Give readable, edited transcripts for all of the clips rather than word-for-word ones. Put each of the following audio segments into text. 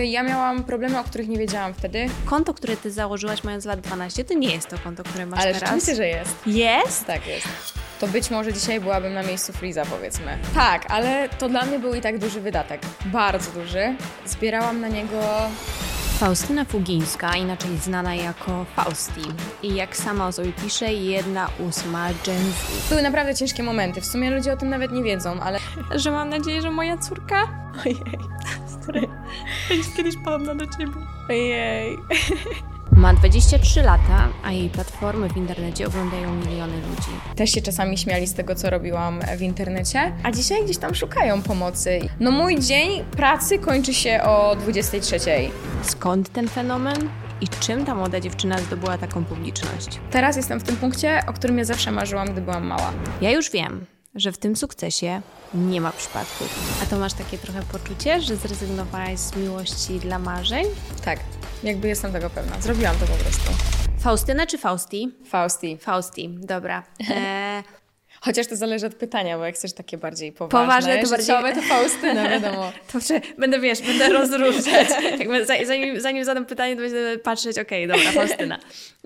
jakby ja miałam problemy, o których nie wiedziałam wtedy. Konto, które ty założyłaś mając lat 12, to nie jest to konto, które masz teraz. Ale rzeczywiście, że jest. Jest? Tak, jest. To być może dzisiaj byłabym na miejscu Freeza, powiedzmy. Tak, ale to dla mnie był i tak duży wydatek. Bardzo duży. Zbierałam na niego... Faustyna Fugińska, inaczej znana jako Fausti. I jak sama o sobie pisze, 1/8 Gen Z. Były naprawdę ciężkie momenty. W sumie ludzie o tym nawet nie wiedzą, ale... Że mam nadzieję, że moja córka... Ojej, stary, będzie kiedyś podobna do ciebie. Ojej. Ma 23 lata, a jej platformy w internecie oglądają miliony ludzi. Też się czasami śmiali z tego, co robiłam w internecie, a dzisiaj gdzieś tam szukają pomocy. No mój dzień pracy kończy się o 23:00. Skąd ten fenomen? I czym ta młoda dziewczyna zdobyła taką publiczność? Teraz jestem w tym punkcie, o którym ja zawsze marzyłam, gdy byłam mała. Ja już wiem, że w tym sukcesie nie ma przypadków. A to masz takie trochę poczucie, że zrezygnowałaś z miłości dla marzeń? Tak, jakby jestem tego pewna. Zrobiłam to po prostu. Faustyna czy Fausti? Fausti. Fausti, dobra. Chociaż to zależy od pytania, bo jak chcesz takie bardziej poważne to bardziej... to Faustyna, wiadomo. To będę rozróżniać. Zanim zadam pytanie, to będę patrzeć, okej, dobra, Faustyna.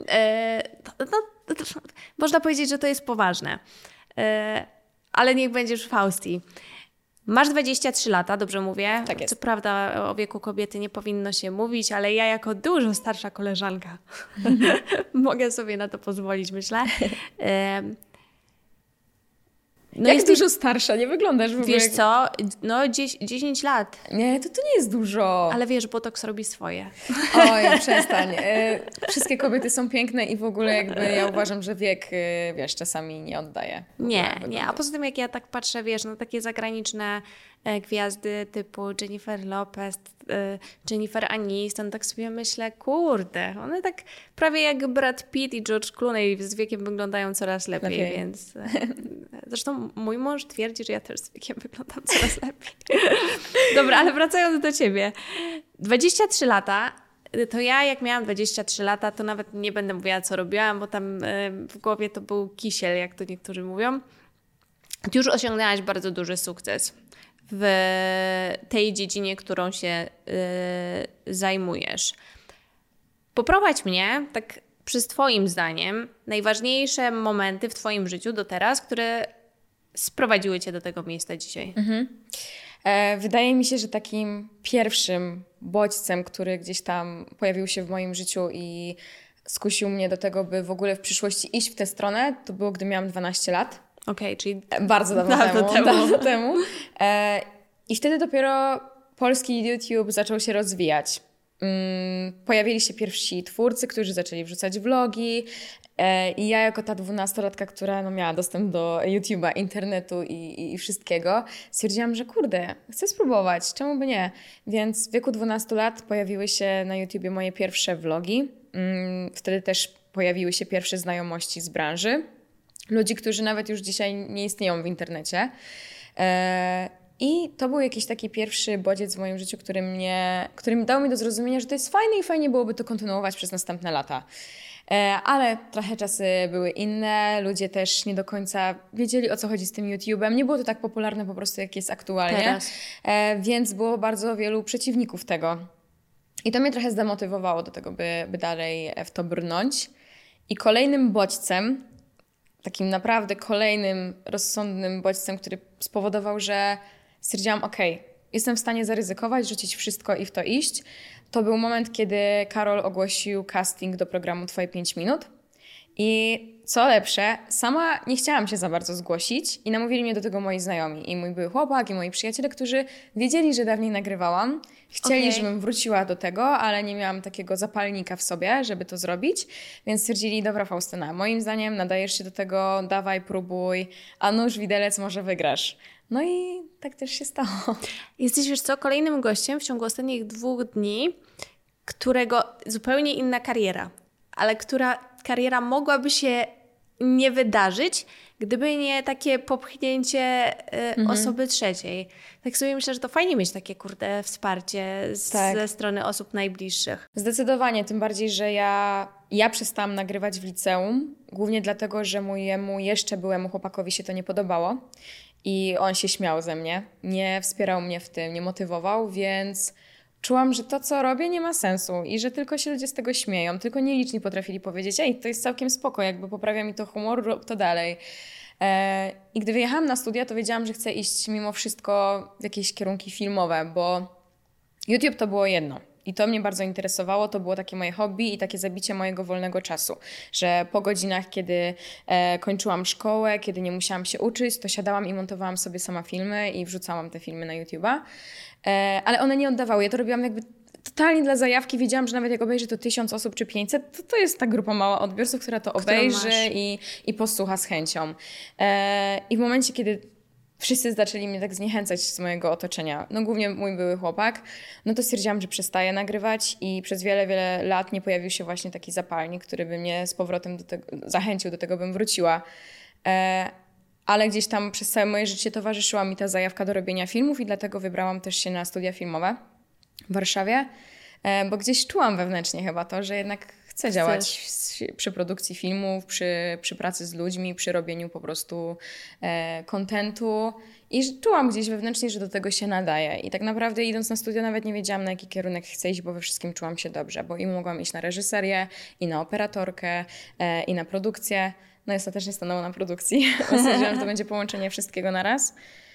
Można powiedzieć, że to jest poważne. Ale niech będziesz Fausti. Masz 23 lata, dobrze mówię? Tak jest. Co prawda o wieku kobiety nie powinno się mówić, ale ja jako dużo starsza koleżanka mogę sobie na to pozwolić, myślę. No jak dużo starsza, nie wyglądasz w ogóle. Wiesz co, no 10 lat. Nie, to nie jest dużo. Ale wiesz, botoks robi swoje. Oj, przestań. Wszystkie kobiety są piękne i w ogóle jakby ja uważam, że wiek, wiesz, czasami nie oddaje. Nie. A poza tym jak ja tak patrzę, wiesz, na takie zagraniczne gwiazdy typu Jennifer Lopez, Jennifer Aniston, tak sobie myślę, kurde, one tak prawie jak Brad Pitt i George Clooney z wiekiem wyglądają coraz lepiej. Więc zresztą mój mąż twierdzi, że ja też z wiekiem wyglądam coraz lepiej. Dobra, ale wracając do ciebie. 23 lata, to ja jak miałam 23 lata, to nawet nie będę mówiła, co robiłam, bo tam w głowie to był kisiel, jak to niektórzy mówią. Ty już osiągnęłaś bardzo duży sukces w tej dziedzinie, którą się zajmujesz. Poprowadź mnie, tak przez twoim zdaniem, najważniejsze momenty w twoim życiu do teraz, które sprowadziły cię do tego miejsca dzisiaj. Wydaje mi się, że takim pierwszym bodźcem, który gdzieś tam pojawił się w moim życiu i skusił mnie do tego, by w ogóle w przyszłości iść w tę stronę, to było, gdy miałam 12 lat. Okej, czyli bardzo dawno temu. I wtedy dopiero polski YouTube zaczął się rozwijać. Pojawili się pierwsi twórcy, którzy zaczęli wrzucać vlogi i ja jako ta 12-latka, która miała dostęp do YouTube'a, internetu i wszystkiego, stwierdziłam, że kurde, chcę spróbować, czemu by nie? Więc w wieku 12 lat pojawiły się na YouTubie moje pierwsze vlogi. Wtedy też pojawiły się pierwsze znajomości z branży. Ludzi, którzy nawet już dzisiaj nie istnieją w internecie. I to był jakiś taki pierwszy bodziec w moim życiu, który dał mi do zrozumienia, że to jest fajne i fajnie byłoby to kontynuować przez następne lata. Ale trochę czasy były inne, ludzie też nie do końca wiedzieli, o co chodzi z tym YouTube'em. Nie było to tak popularne po prostu, jak jest aktualnie. Teraz. Więc było bardzo wielu przeciwników tego. I to mnie trochę zdemotywowało do tego, by dalej w to brnąć. I kolejnym bodźcem, takim naprawdę kolejnym rozsądnym bodźcem, który spowodował, że stwierdziłam, jestem w stanie zaryzykować, rzucić wszystko i w to iść. To był moment, kiedy Karol ogłosił casting do programu Twoje 5 minut. I co lepsze, sama nie chciałam się za bardzo zgłosić i namówili mnie do tego moi znajomi. I mój były chłopak, i moi przyjaciele, którzy wiedzieli, że dawniej nagrywałam. Chcieli, żebym wróciła do tego, ale nie miałam takiego zapalnika w sobie, żeby to zrobić. Więc stwierdzili, dobra Faustyna, moim zdaniem nadajesz się do tego, dawaj, próbuj, a nuż widelec, może wygrasz. No i tak też się stało. Jesteś, wiesz co, kolejnym gościem w ciągu ostatnich 2 dni, którego zupełnie inna kariera, ale która kariera mogłaby się nie wydarzyć, gdyby nie takie popchnięcie osoby trzeciej. Tak sobie myślę, że to fajnie mieć takie wsparcie ze strony osób najbliższych. Zdecydowanie, tym bardziej, że ja przestałam nagrywać w liceum, głównie dlatego, że mojemu jeszcze byłemu chłopakowi się to nie podobało i on się śmiał ze mnie, nie wspierał mnie w tym, nie motywował, więc czułam, że to, co robię, nie ma sensu i że tylko się ludzie z tego śmieją. Tylko nieliczni potrafili powiedzieć, ej, to jest całkiem spoko, jakby poprawia mi to humor, rób to dalej. I gdy wyjechałam na studia, to wiedziałam, że chcę iść mimo wszystko w jakieś kierunki filmowe, bo YouTube to było jedno. I to mnie bardzo interesowało, to było takie moje hobby i takie zabicie mojego wolnego czasu, że po godzinach, kiedy kończyłam szkołę, kiedy nie musiałam się uczyć, to siadałam i montowałam sobie sama filmy i wrzucałam te filmy na YouTube'a, ale one nie oddawały. Ja to robibiłam jakby totalnie dla zajawki. Wiedziałam, że nawet jak obejrzy to 1000 osób czy 500, to jest ta grupa mała odbiorców, która to obejrzy i posłucha z chęcią. I w momencie, kiedy wszyscy zaczęli mnie tak zniechęcać z mojego otoczenia, no głównie mój były chłopak, no to stwierdziłam, że przestaję nagrywać i przez wiele, wiele lat nie pojawił się właśnie taki zapalnik, który by mnie z powrotem do tego, zachęcił do tego, bym wróciła. Ale gdzieś tam przez całe moje życie towarzyszyła mi ta zajawka do robienia filmów i dlatego wybrałam też się na studia filmowe w Warszawie, bo gdzieś czułam wewnętrznie chyba to, że jednak chcę działać przy produkcji filmów, przy pracy z ludźmi, przy robieniu po prostu kontentu i czułam gdzieś wewnętrznie, że do tego się nadaje. I tak naprawdę idąc na studia nawet nie wiedziałam, na jaki kierunek chcę iść, bo we wszystkim czułam się dobrze, bo i mogłam iść na reżyserię, i na operatorkę, i na produkcję. No i ostatecznie stanęło na produkcji, bo stwierdziłam, że to będzie połączenie wszystkiego na raz.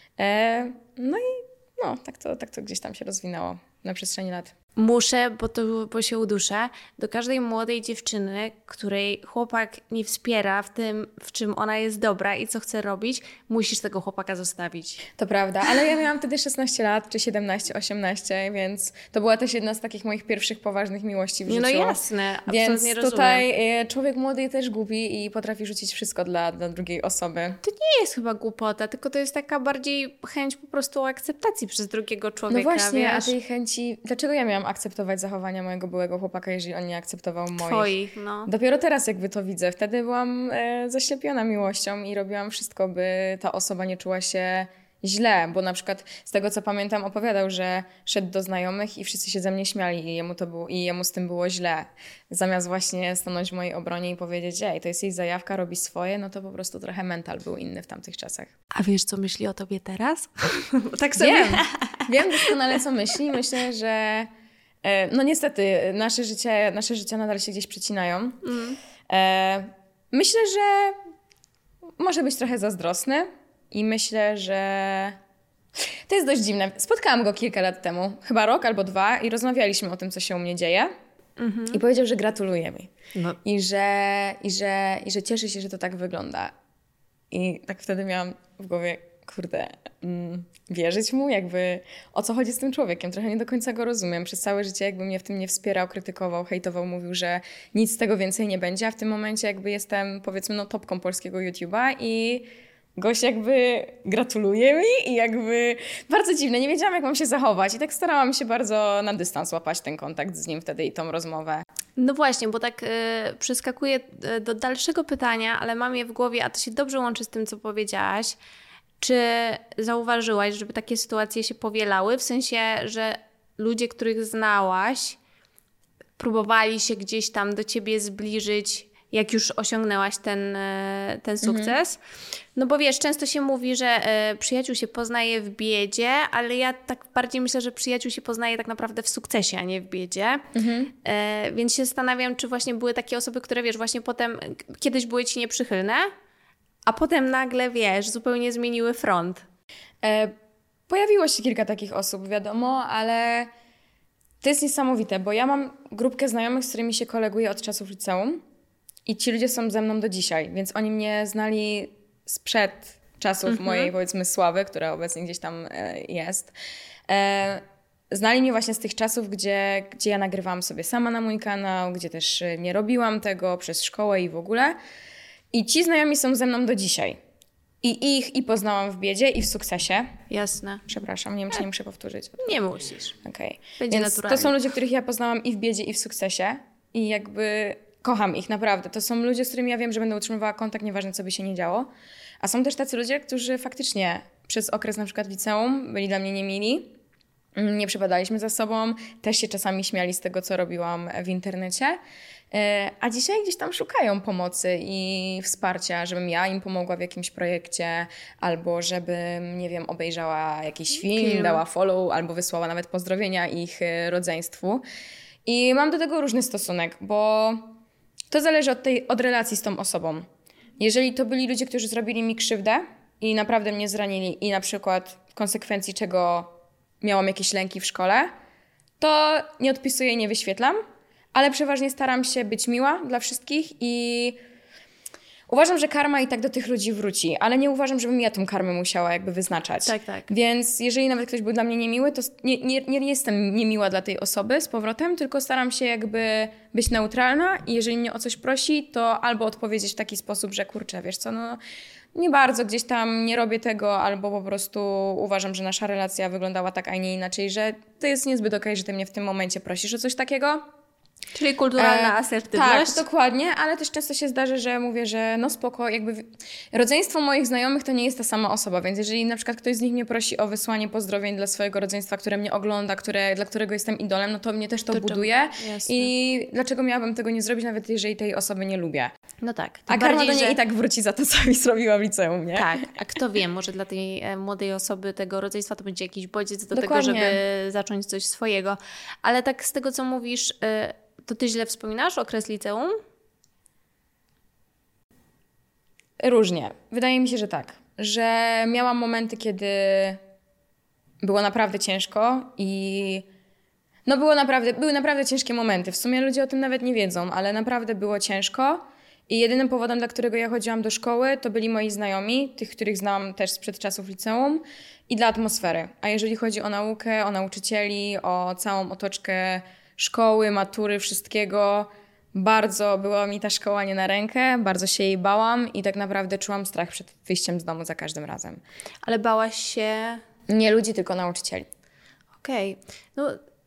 No i tak to gdzieś tam się rozwinęło na przestrzeni lat. Muszę, bo się uduszę, do każdej młodej dziewczyny, której chłopak nie wspiera w tym, w czym ona jest dobra i co chce robić, musisz tego chłopaka zostawić. To prawda, ale ja miałam wtedy 16 lat, czy 17, 18, więc to była też jedna z takich moich pierwszych poważnych miłości w życiu. No jasne, absolutnie więc rozumiem. Tutaj człowiek młody też głupi i potrafi rzucić wszystko dla drugiej osoby. To nie jest chyba głupota, tylko to jest taka bardziej chęć po prostu akceptacji przez drugiego człowieka. No właśnie, wiesz? a tej chęci... Dlaczego ja miałam akceptować zachowania mojego byłego chłopaka, jeżeli on nie akceptował moich? Twoich, no. Dopiero teraz jakby to widzę. Wtedy byłam zaślepiona miłością i robiłam wszystko, by ta osoba nie czuła się źle, bo na przykład z tego, co pamiętam, opowiadał, że szedł do znajomych i wszyscy się ze mnie śmiali i jemu z tym było źle. Zamiast właśnie stanąć w mojej obronie i powiedzieć, ej, to jest jej zajawka, robi swoje, no to po prostu trochę mental był inny w tamtych czasach. A wiesz, co myśli o tobie teraz? Tak sobie... Wiem doskonale, co myśli. Myślę, że no niestety nasze życia nadal się gdzieś przecinają. Myślę, że może być trochę zazdrosny i myślę, że to jest dość dziwne. Spotkałam go kilka lat temu, chyba rok albo 2 i rozmawialiśmy o tym, co się u mnie dzieje. I powiedział, że gratuluje mi. No. I że cieszy się, że to tak wygląda. I tak wtedy miałam w głowie, kurde, wierzyć mu? Jakby o co chodzi z tym człowiekiem? Trochę nie do końca go rozumiem. Przez całe życie jakby mnie w tym nie wspierał, krytykował, hejtował, mówił, że nic z tego więcej nie będzie, a w tym momencie jakby jestem, powiedzmy, topką polskiego YouTube'a i gość jakby gratuluje mi i jakby bardzo dziwne. Nie wiedziałam, jak mam się zachować i tak starałam się bardzo na dystans łapać ten kontakt z nim wtedy i tą rozmowę. No właśnie, bo tak przeskakuję do dalszego pytania, ale mam je w głowie, a to się dobrze łączy z tym, co powiedziałaś. Czy zauważyłaś, żeby takie sytuacje się powielały? W sensie, że ludzie, których znałaś, próbowali się gdzieś tam do ciebie zbliżyć, jak już osiągnęłaś ten sukces? No bo wiesz, często się mówi, że przyjaciół się poznaje w biedzie, ale ja tak bardziej myślę, że przyjaciół się poznaje tak naprawdę w sukcesie, a nie w biedzie. Więc się zastanawiam, czy właśnie były takie osoby, które wiesz, właśnie potem kiedyś były ci nieprzychylne, a potem nagle, wiesz, zupełnie zmieniły front. Pojawiło się kilka takich osób, wiadomo, ale to jest niesamowite, bo ja mam grupkę znajomych, z którymi się koleguję od czasów liceum i ci ludzie są ze mną do dzisiaj, więc oni mnie znali sprzed czasów mojej, powiedzmy, sławy, która obecnie gdzieś tam jest. Znali mnie właśnie z tych czasów, gdzie ja nagrywałam sobie sama na mój kanał, gdzie też nie robiłam tego przez szkołę i w ogóle. I ci znajomi są ze mną do dzisiaj. I ich poznałam w biedzie i w sukcesie. Jasne. Przepraszam, nie wiem, czy nie muszę powtórzyć. Nie musisz. Okej. Będzie Więc naturalnie. to są ludzie, których ja poznałam i w biedzie, i w sukcesie. I jakby kocham ich, naprawdę. To są ludzie, z którymi ja wiem, że będę utrzymywała kontakt, nieważne co by się nie działo. A są też tacy ludzie, którzy faktycznie przez okres na przykład liceum byli dla mnie niemili. Nie przypadaliśmy za sobą. Też się czasami śmiali z tego, co robiłam w internecie. a dzisiaj gdzieś tam szukają pomocy i wsparcia, żebym ja im pomogła w jakimś projekcie, albo żebym, nie wiem, obejrzała jakiś film, dała follow, albo wysłała nawet pozdrowienia ich rodzeństwu. I mam do tego różny stosunek, bo to zależy od relacji z tą osobą. Jeżeli to byli ludzie, którzy zrobili mi krzywdę i naprawdę mnie zranili i na przykład w konsekwencji czego miałam jakieś lęki w szkole, to nie odpisuję i nie wyświetlam, ale przeważnie staram się być miła dla wszystkich i uważam, że karma i tak do tych ludzi wróci, ale nie uważam, żebym ja tą karmę musiała jakby wyznaczać. Tak. Więc jeżeli nawet ktoś był dla mnie niemiły, to nie jestem niemiła dla tej osoby z powrotem, tylko staram się jakby być neutralna i jeżeli mnie o coś prosi, to albo odpowiedzieć w taki sposób, że kurczę, wiesz co, no nie bardzo gdzieś tam nie robię tego, albo po prostu uważam, że nasza relacja wyglądała tak, a nie inaczej, że to jest niezbyt okej, że ty mnie w tym momencie prosisz o coś takiego. Czyli kulturalna asertywność. Tak, dokładnie, ale też często się zdarzy, że mówię, że no spoko, jakby rodzeństwo moich znajomych to nie jest ta sama osoba, więc jeżeli na przykład ktoś z nich mnie prosi o wysłanie pozdrowień dla swojego rodzeństwa, które mnie ogląda, dla którego jestem idolem, no to mnie też to buduje i dlaczego miałabym tego nie zrobić, nawet jeżeli tej osoby nie lubię. No tak. A karma do niej i tak wróci za to, co mi zrobiła w liceum, nie? Tak, a kto wie, może dla tej młodej osoby tego rodzeństwa to będzie jakiś bodziec do Dokładnie. tego, żeby zacząć coś swojego. Ale tak z tego, co mówisz, to ty źle wspominasz okres liceum? Różnie. Wydaje mi się, że tak. Że miałam momenty, kiedy było naprawdę ciężko i no były naprawdę ciężkie momenty. W sumie ludzie o tym nawet nie wiedzą, ale naprawdę było ciężko. I jedynym powodem, dla którego ja chodziłam do szkoły, to byli moi znajomi, tych, których znałam też sprzed czasów liceum i dla atmosfery. A jeżeli chodzi o naukę, o nauczycieli, o całą otoczkę szkoły, matury, wszystkiego, bardzo była mi ta szkoła nie na rękę, bardzo się jej bałam i tak naprawdę czułam strach przed wyjściem z domu za każdym razem. Ale bałaś się... Nie ludzi, tylko nauczycieli. Okej. No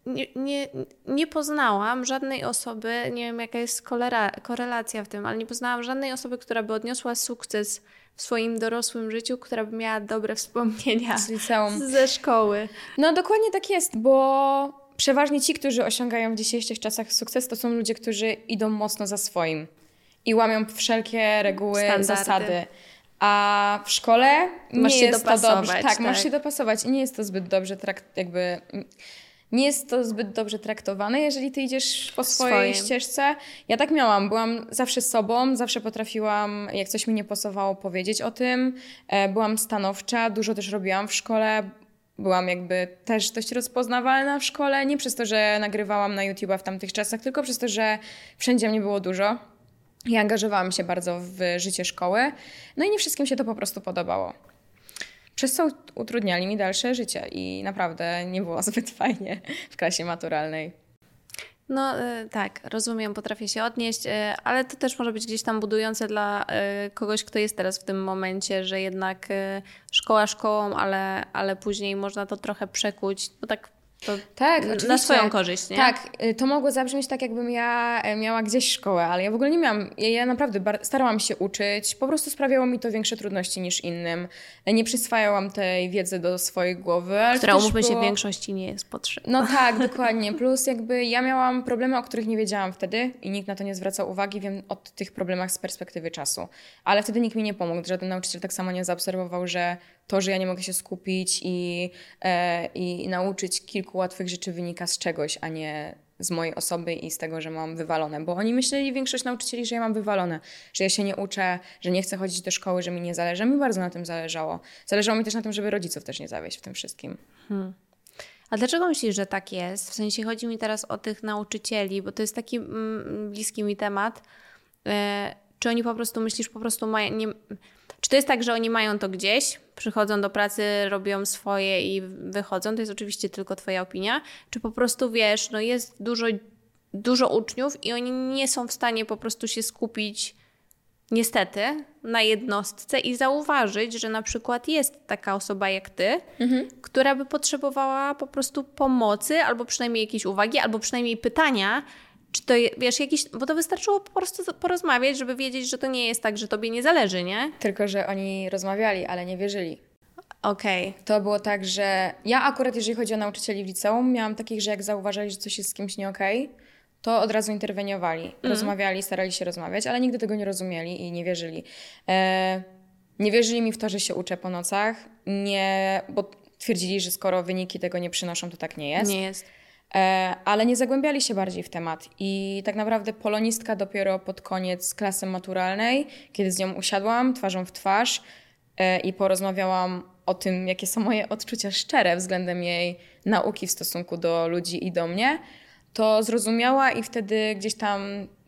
nie poznałam żadnej osoby, nie wiem jaka jest korelacja w tym, ale nie poznałam żadnej osoby, która by odniosła sukces w swoim dorosłym życiu, która by miała dobre wspomnienia z liceum, ze szkoły. No dokładnie tak jest, bo przeważnie ci, którzy osiągają w dzisiejszych czasach sukces, to są ludzie, którzy idą mocno za swoim i łamią wszelkie reguły, zasady. A w szkole nie jest to dobrze. Tak, możesz się dopasować i nie jest to zbyt dobrze nie jest to zbyt dobrze traktowane, jeżeli ty idziesz po swojej ścieżce. Ja tak miałam, byłam zawsze sobą, zawsze potrafiłam, jak coś mi nie pasowało, powiedzieć o tym. Byłam stanowcza, dużo też robiłam w szkole. Byłam jakby też dość rozpoznawalna w szkole, nie przez to, że nagrywałam na YouTube'a w tamtych czasach, tylko przez to, że wszędzie mnie było dużo. I angażowałam się bardzo w życie szkoły. No i nie wszystkim się to po prostu podobało. Przez co utrudniali mi dalsze życie i naprawdę nie było zbyt fajnie w klasie maturalnej. No tak, rozumiem, potrafię się odnieść, ale to też może być gdzieś tam budujące dla kogoś, kto jest teraz w tym momencie, że jednak szkoła szkołą, ale później można to trochę przekuć, bo tak to tak, na oczywiście. swoją korzyść, nie? Tak, to mogło zabrzmieć tak, jakbym ja miała gdzieś szkołę, ale ja w ogóle nie miałam. Ja naprawdę starałam się uczyć, po prostu sprawiało mi to większe trudności niż innym. Nie przyswajałam tej wiedzy do swojej głowy. Ale która, umówmy się, w większości nie jest potrzebna. No tak, dokładnie. Plus jakby ja miałam problemy, o których nie wiedziałam wtedy i nikt na to nie zwracał uwagi. Wiem o tych problemach z perspektywy czasu. Ale wtedy nikt mi nie pomógł. Żaden nauczyciel tak samo nie zaobserwował, że to, że ja nie mogę się skupić i nauczyć kilku łatwych rzeczy wynika z czegoś, a nie z mojej osoby i z tego, że mam wywalone. Bo oni myśleli, większość nauczycieli, że ja mam wywalone, że ja się nie uczę, że nie chcę chodzić do szkoły, że mi nie zależy. Mi bardzo na tym zależało. Zależało mi też na tym, żeby rodziców też nie zawieść w tym wszystkim. A dlaczego myślisz, że tak jest? W sensie chodzi mi teraz o tych nauczycieli, bo to jest taki bliski mi temat. Czy oni po prostu, myślisz, po prostu mają... Czy to jest tak, że oni mają to gdzieś, przychodzą do pracy, robią swoje i wychodzą? To jest oczywiście tylko twoja opinia. Czy po prostu, wiesz, no jest dużo uczniów i oni nie są w stanie po prostu się skupić niestety na jednostce i zauważyć, że na przykład jest taka osoba jak ty, która by potrzebowała po prostu pomocy albo przynajmniej jakiejś uwagi, albo przynajmniej pytania, czy to, wiesz, bo to wystarczyło po prostu porozmawiać, żeby wiedzieć, że to nie jest tak, że tobie nie zależy, nie? Tylko, że oni rozmawiali, ale nie wierzyli. Okej. To było tak, że ja akurat, jeżeli chodzi o nauczycieli w liceum, miałam takich, że jak zauważali, że coś jest z kimś nie okej, to od razu interweniowali. Rozmawiali, starali się rozmawiać, ale nigdy tego nie rozumieli i nie wierzyli. Nie wierzyli mi w to, że się uczę po nocach, bo twierdzili, że skoro wyniki tego nie przynoszą, to tak nie jest. Nie jest. Ale nie zagłębiali się bardziej w temat. I tak naprawdę polonistka dopiero pod koniec klasy maturalnej, kiedy z nią usiadłam twarzą w twarz i porozmawiałam o tym, jakie są moje odczucia szczere względem jej nauki w stosunku do ludzi i do mnie, to zrozumiała i wtedy gdzieś tam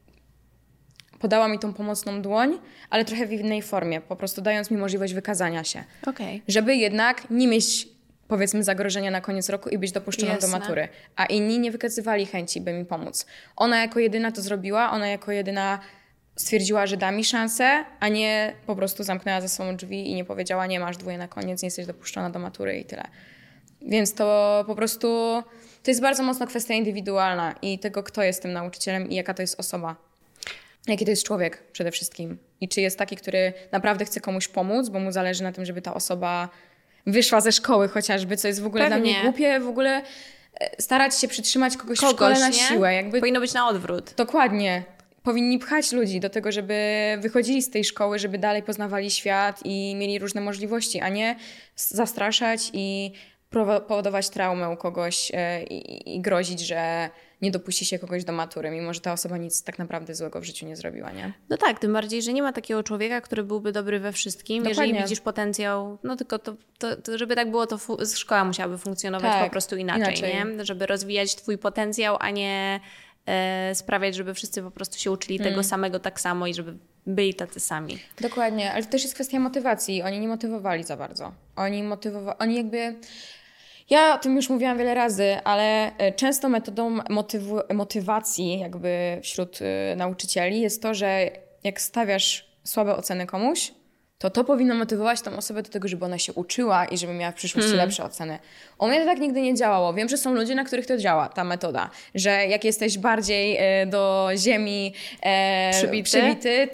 podała mi tą pomocną dłoń, ale trochę w innej formie, po prostu dając mi możliwość wykazania się. Okay. Żeby jednak nie mieć, powiedzmy, zagrożenia na koniec roku i być dopuszczoną do matury. A inni nie wykazywali chęci, by mi pomóc. Ona jako jedyna to zrobiła, ona jako jedyna stwierdziła, że da mi szansę, a nie po prostu zamknęła za sobą drzwi i nie powiedziała, nie masz 2 na koniec, nie jesteś dopuszczona do matury i tyle. Więc to po prostu, to jest bardzo mocno kwestia indywidualna i tego, kto jest tym nauczycielem i jaka to jest osoba. Jaki to jest człowiek przede wszystkim. I czy jest taki, który naprawdę chce komuś pomóc, bo mu zależy na tym, żeby ta osoba wyszła ze szkoły chociażby, co jest w ogóle dla mnie głupie, w ogóle starać się przytrzymać kogoś w szkole na siłę. Jakby... Powinno być na odwrót. Dokładnie. Powinni pchać ludzi do tego, żeby wychodzili z tej szkoły, żeby dalej poznawali świat i mieli różne możliwości, a nie zastraszać i powodować traumę u kogoś i grozić, że nie dopuści się kogoś do matury, mimo że ta osoba nic tak naprawdę złego w życiu nie zrobiła, nie? No tak, tym bardziej, że nie ma takiego człowieka, który byłby dobry we wszystkim. Dokładnie. Jeżeli widzisz potencjał, no tylko to żeby tak było, to szkoła musiałaby funkcjonować po prostu inaczej, nie? Żeby rozwijać twój potencjał, a nie sprawiać, żeby wszyscy po prostu się uczyli tego samego tak samo i żeby byli tacy sami. Dokładnie, ale to też jest kwestia motywacji. Oni nie motywowali za bardzo. Oni jakby... Ja o tym już mówiłam wiele razy, ale często metodą motywacji jakby wśród nauczycieli jest to, że jak stawiasz słabe oceny komuś, to powinno motywować tą osobę do tego, żeby ona się uczyła i żeby miała w przyszłości lepsze oceny. U mnie to tak nigdy nie działało. Wiem, że są ludzie, na których to działa, ta metoda. Że jak jesteś bardziej do ziemi przybity,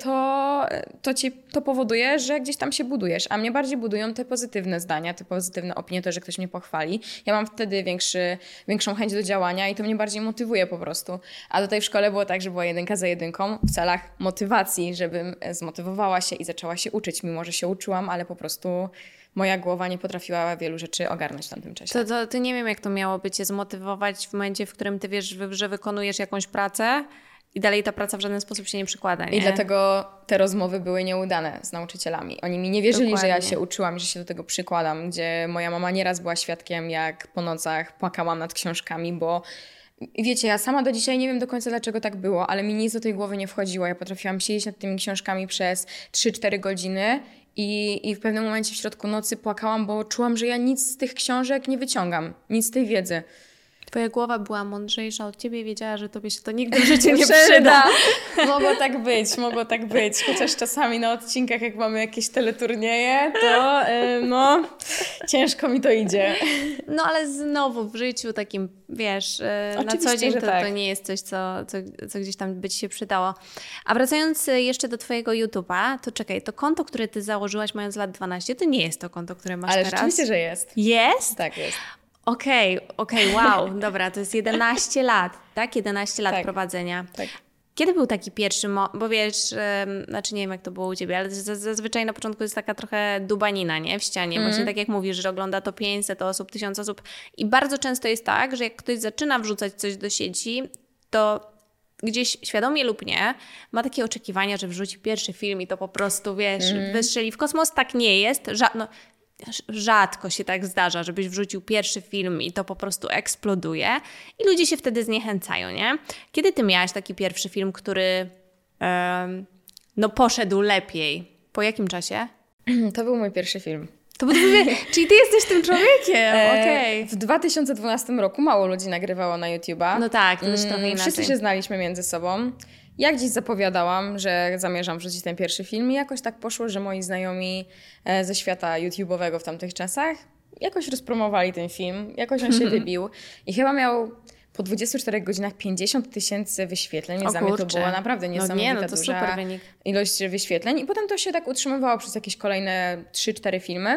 to powoduje, że gdzieś tam się budujesz. A mnie bardziej budują te pozytywne zdania, te pozytywne opinie, to, że ktoś mnie pochwali. Ja mam wtedy większą chęć do działania i to mnie bardziej motywuje po prostu. A tutaj w szkole było tak, że była 1 za 1 w celach motywacji, żebym zmotywowała się i zaczęła się uczyć. Mimo że się uczyłam, ale po prostu moja głowa nie potrafiła wielu rzeczy ogarnąć w tamtym czasie. To nie wiem, jak to miałoby cię zmotywować w momencie, w którym ty wiesz, że wykonujesz jakąś pracę i dalej ta praca w żaden sposób się nie przykłada, nie? I dlatego te rozmowy były nieudane z nauczycielami. Oni mi nie wierzyli, że ja się uczyłam i że się do tego przykładam, gdzie moja mama nieraz była świadkiem, jak po nocach płakałam nad książkami, bo wiecie, ja sama do dzisiaj nie wiem do końca, dlaczego tak było, ale mi nic do tej głowy nie wchodziło. Ja potrafiłam siedzieć nad tymi książkami przez 3-4 godziny i w pewnym momencie w środku nocy płakałam, bo czułam, że ja nic z tych książek nie wyciągam, nic z tej wiedzy. Twoja głowa była mądrzejsza od ciebie i wiedziała, że tobie się to nigdy w życiu nie przyda. Mogło tak być. Chociaż czasami na odcinkach, jak mamy jakieś teleturnieje, to ciężko mi to idzie. No ale znowu w życiu takim, wiesz, na co dzień to nie jest coś, co gdzieś tam by ci się przydało. A wracając jeszcze do twojego YouTube'a, to czekaj, to konto, które ty założyłaś mając lat 12, to nie jest to konto, które masz teraz? Ale rzeczywiście, że jest. Jest? Tak, jest. Okej, wow, dobra, to jest 11 lat, tak? 11 lat prowadzenia. Tak. Kiedy był taki pierwszy, bo wiesz, znaczy nie wiem jak to było u ciebie, ale zazwyczaj na początku jest taka trochę dubanina, nie? W ścianie. Właśnie tak jak mówisz, że ogląda to 500 osób, 1000 osób i bardzo często jest tak, że jak ktoś zaczyna wrzucać coś do sieci, to gdzieś świadomie lub nie, ma takie oczekiwania, że wrzuci pierwszy film i to po prostu, wiesz, wystrzeli w kosmos. Tak nie jest. Rzadko się tak zdarza, żebyś wrzucił pierwszy film i to po prostu eksploduje i ludzie się wtedy zniechęcają, nie? Kiedy ty miałaś taki pierwszy film, który poszedł lepiej? Po jakim czasie? To był mój pierwszy film. Czyli ty jesteś tym człowiekiem, okej. W 2012 roku mało ludzi nagrywało na YouTube'a. No tak, to już trochę inaczej. Wszyscy się znaliśmy między sobą. Ja gdzieś zapowiadałam, że zamierzam wrzucić ten pierwszy film i jakoś tak poszło, że moi znajomi ze świata YouTube'owego w tamtych czasach jakoś rozpromowali ten film, jakoś on się wybił i chyba miał po 24 godzinach 50 000 wyświetleń. Dla mnie to była naprawdę niesamowita to duża super wynik. Ilość wyświetleń i potem to się tak utrzymywało przez jakieś kolejne 3-4 filmy.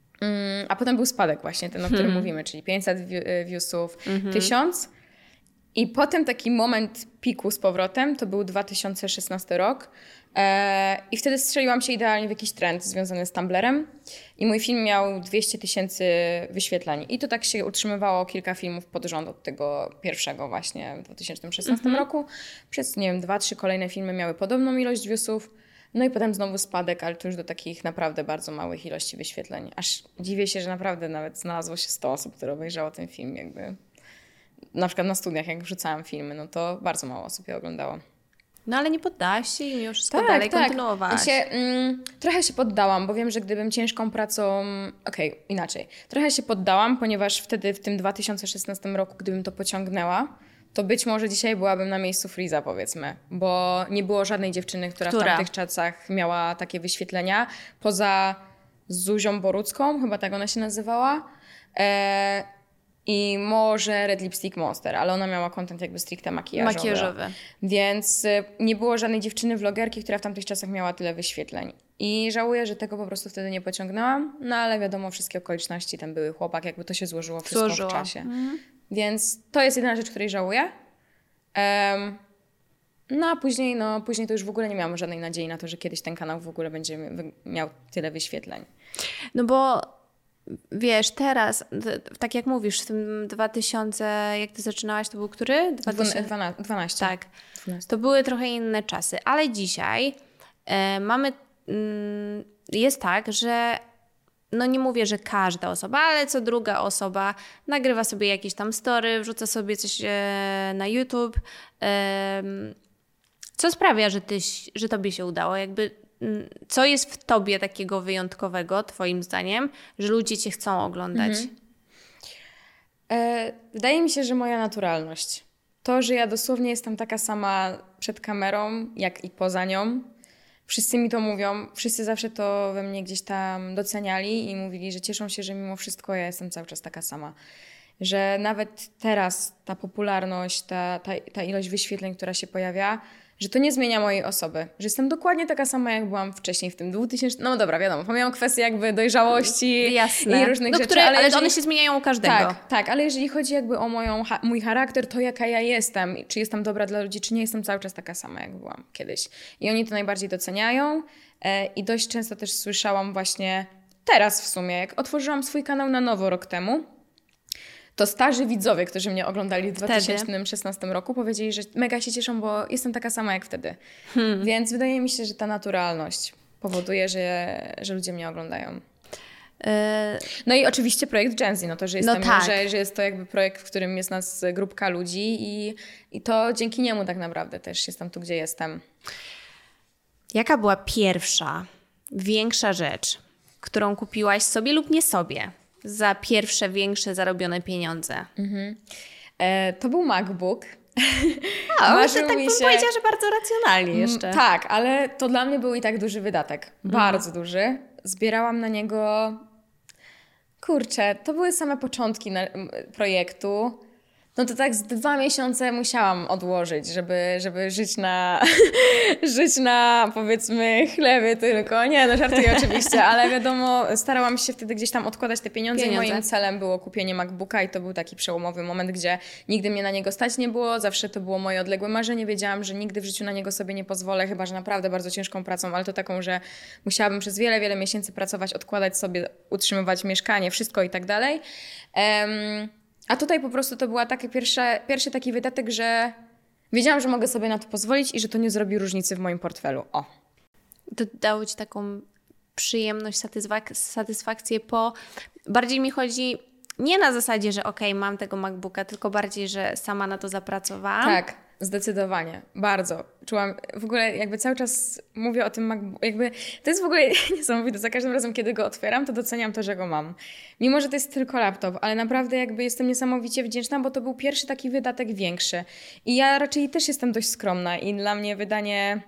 A potem był spadek właśnie, ten o którym mówimy, czyli 500 viewsów, 1000. I potem taki moment piku z powrotem, to był 2016 rok i wtedy strzeliłam się idealnie w jakiś trend związany z Tumblrem i mój film miał 200 000 wyświetleń. I to tak się utrzymywało kilka filmów pod rząd od tego pierwszego właśnie w 2016 roku. Przez, nie wiem, 2-3 kolejne filmy miały podobną ilość viewsów. No i potem znowu spadek, ale to już do takich naprawdę bardzo małych ilości wyświetleń. Aż dziwię się, że naprawdę nawet znalazło się 100 osób, które obejrzało ten film jakby. Na przykład na studiach, jak wrzucałam filmy, no to bardzo mało osób je oglądało. No ale nie poddałaś się i mimo wszystko dalej kontynuowałaś. Trochę się poddałam, bo wiem, że gdybym ciężką pracą... inaczej. Trochę się poddałam, ponieważ wtedy w tym 2016 roku, gdybym to pociągnęła, to być może dzisiaj byłabym na miejscu Freeza, powiedzmy. Bo nie było żadnej dziewczyny, która w tamtych czasach miała takie wyświetlenia. Poza Zuzią Borucką, chyba tak ona się nazywała. I może Red Lipstick Monster, ale ona miała content jakby stricte makijażowy. Więc nie było żadnej dziewczyny vlogerki, która w tamtych czasach miała tyle wyświetleń. I żałuję, że tego po prostu wtedy nie pociągnęłam, no ale wiadomo, wszystkie okoliczności, tam były chłopak, jakby to się złożyło wszystko w czasie. Więc to jest jedyna rzecz, której żałuję. No a później to już w ogóle nie miałam żadnej nadziei na to, że kiedyś ten kanał w ogóle będzie miał tyle wyświetleń. No bo wiesz, teraz, tak jak mówisz, w tym 2000, jak ty zaczynałaś, to był który? 12. Tak. 12. To były trochę inne czasy, ale dzisiaj jest tak, że no nie mówię, że każda osoba, ale co druga osoba nagrywa sobie jakieś tam story, wrzuca sobie coś na YouTube, co sprawia, że tobie się udało, jakby co jest w tobie takiego wyjątkowego, twoim zdaniem, że ludzie cię chcą oglądać? Wydaje mi się, że moja naturalność. To, że ja dosłownie jestem taka sama przed kamerą, jak i poza nią. Wszyscy mi to mówią, wszyscy zawsze to we mnie gdzieś tam doceniali i mówili, że cieszą się, że mimo wszystko ja jestem cały czas taka sama. Że nawet teraz ta popularność, ta ilość wyświetleń, która się pojawia, że to nie zmienia mojej osoby. Że jestem dokładnie taka sama, jak byłam wcześniej w tym 2000... No dobra, wiadomo, pomijam kwestie jakby dojrzałości i różnych rzeczy. Ale one się zmieniają u każdego. Tak, ale jeżeli chodzi jakby o mój charakter, to jaka ja jestem, czy jestem dobra dla ludzi, czy nie, jestem cały czas taka sama, jak byłam kiedyś. I oni to najbardziej doceniają i dość często też słyszałam właśnie teraz w sumie, jak otworzyłam swój kanał na nowo rok temu, to starzy widzowie, którzy mnie oglądali w 2016 roku, powiedzieli, że mega się cieszą, bo jestem taka sama jak wtedy. Więc wydaje mi się, że ta naturalność powoduje, że ludzie mnie oglądają. No i oczywiście projekt Gen Z, to, że że jest to jakby projekt, w którym jest nas grupka ludzi i to dzięki niemu tak naprawdę też jestem tu, gdzie jestem. Jaka była pierwsza, większa rzecz, którą kupiłaś sobie lub nie sobie za pierwsze, większe zarobione pieniądze? To był MacBook. Może tak bym powiedziała, że bardzo racjonalnie jeszcze. Tak, ale to dla mnie był i tak duży wydatek. Bardzo duży. Zbierałam na niego... Kurczę, to były same początki projektu. No to tak z 2 miesiące musiałam odłożyć, żeby żyć na powiedzmy chlebie tylko. Nie, no żartuję oczywiście, ale wiadomo, starałam się wtedy gdzieś tam odkładać te pieniądze. I moim celem było kupienie MacBooka i to był taki przełomowy moment, gdzie nigdy mnie na niego stać nie było. Zawsze to było moje odległe marzenie. Wiedziałam, że nigdy w życiu na niego sobie nie pozwolę, chyba że naprawdę bardzo ciężką pracą, ale to taką, że musiałabym przez wiele, wiele miesięcy pracować, odkładać sobie, utrzymywać mieszkanie, wszystko i tak dalej. A tutaj po prostu to była taki pierwszy taki wydatek, że wiedziałam, że mogę sobie na to pozwolić i że to nie zrobi różnicy w moim portfelu. O. To dało ci taką przyjemność, satysfakcję Bardziej mi chodzi nie na zasadzie, że mam tego MacBooka, tylko bardziej, że sama na to zapracowałam. Tak, zdecydowanie. Bardzo. Czułam, w ogóle jakby cały czas mówię o tym MacBooku, jakby to jest w ogóle niesamowite. Za każdym razem, kiedy go otwieram, to doceniam to, że go mam. Mimo, że to jest tylko laptop, ale naprawdę jakby jestem niesamowicie wdzięczna, bo to był pierwszy taki wydatek większy. I ja raczej też jestem dość skromna i dla mnie wydanie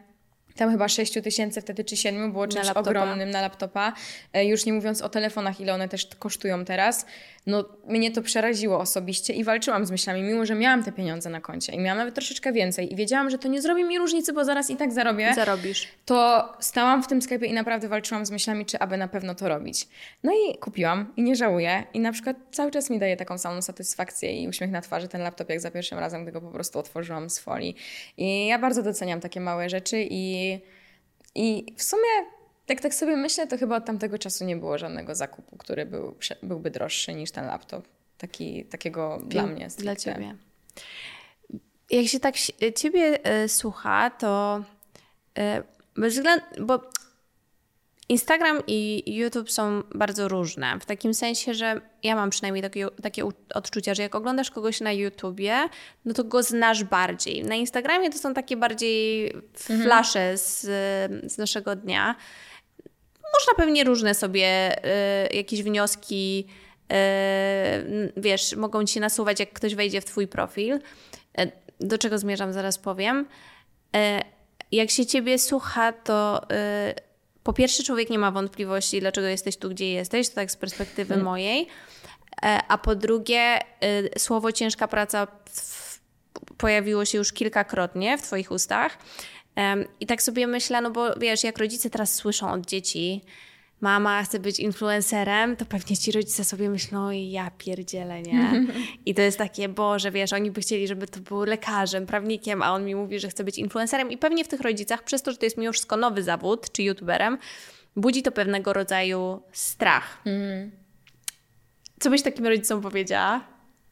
tam chyba 6 000 wtedy czy 7 było czymś ogromnym na laptopa. Już nie mówiąc o telefonach, ile one też kosztują teraz. No mnie to przeraziło osobiście i walczyłam z myślami, mimo że miałam te pieniądze na koncie i miałam nawet troszeczkę więcej i wiedziałam, że to nie zrobi mi różnicy, bo zaraz i tak zarobię. Zarobisz. To stałam w tym sklepie i naprawdę walczyłam z myślami, czy aby na pewno to robić. No i kupiłam i nie żałuję i na przykład cały czas mi daje taką samą satysfakcję i uśmiech na twarzy ten laptop, jak za pierwszym razem, gdy go po prostu otworzyłam z folii. I ja bardzo doceniam takie małe rzeczy i w sumie, jak tak sobie myślę, to chyba od tamtego czasu nie było żadnego zakupu, który byłby droższy niż ten laptop. Takiego dla mnie. Dla Ciebie. Jak się tak Ciebie słucha, to bez względu, bo Instagram i YouTube są bardzo różne. W takim sensie, że ja mam przynajmniej takie odczucia, że jak oglądasz kogoś na YouTubie, no to go znasz bardziej. Na Instagramie to są takie bardziej flasze z naszego dnia. Można pewnie różne sobie jakieś wnioski, wiesz, mogą ci się nasuwać, jak ktoś wejdzie w twój profil. Do czego zmierzam, zaraz powiem. Jak się ciebie słucha, to po pierwsze człowiek nie ma wątpliwości, dlaczego jesteś tu, gdzie jesteś, to tak z perspektywy mojej. A po drugie, słowo ciężka praca pojawiło się już kilkakrotnie w twoich ustach. I tak sobie myślę, no bo wiesz, jak rodzice teraz słyszą od dzieci, mama chce być influencerem, to pewnie ci rodzice sobie myślą, ja pierdzielę, nie? I to jest takie, Boże, wiesz, oni by chcieli, żeby to był lekarzem, prawnikiem, a on mi mówi, że chce być influencerem. I pewnie w tych rodzicach, przez to, że to jest mimo wszystko nowy zawód, czy youtuberem, budzi to pewnego rodzaju strach. Co byś takim rodzicom powiedziała?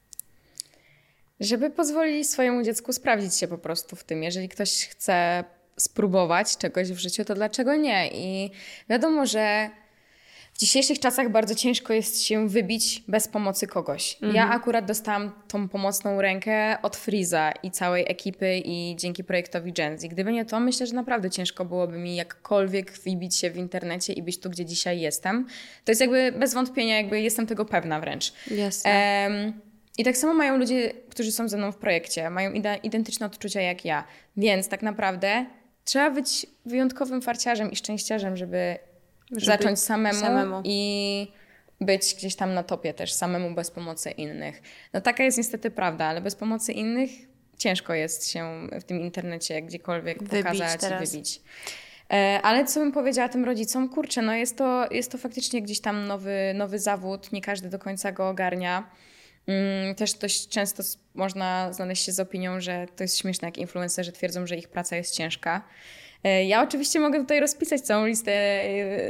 Żeby pozwolili swojemu dziecku sprawdzić się po prostu w tym. Jeżeli ktoś chce spróbować czegoś w życiu, to dlaczego nie? I wiadomo, że w dzisiejszych czasach bardzo ciężko jest się wybić bez pomocy kogoś. Ja akurat dostałam tą pomocną rękę od Freeza i całej ekipy i dzięki projektowi Gen Z. Gdyby nie to, myślę, że naprawdę ciężko byłoby mi jakkolwiek wybić się w internecie i być tu, gdzie dzisiaj jestem. To jest jakby bez wątpienia, jakby jestem tego pewna wręcz. Jasne. I tak samo mają ludzie, którzy są ze mną w projekcie, mają identyczne odczucia jak ja. Więc tak naprawdę trzeba być wyjątkowym farciarzem i szczęściarzem, żeby zacząć samemu i być gdzieś tam na topie też samemu bez pomocy innych. No taka jest niestety prawda, ale bez pomocy innych ciężko jest się w tym internecie gdziekolwiek pokazać i wybić. Ale co bym powiedziała tym rodzicom? Kurczę, no jest to faktycznie gdzieś tam nowy zawód, nie każdy do końca go ogarnia. Też dość często można znaleźć się z opinią, że to jest śmieszne, jak influencerzy twierdzą, że ich praca jest ciężka. Ja oczywiście mogę tutaj rozpisać całą listę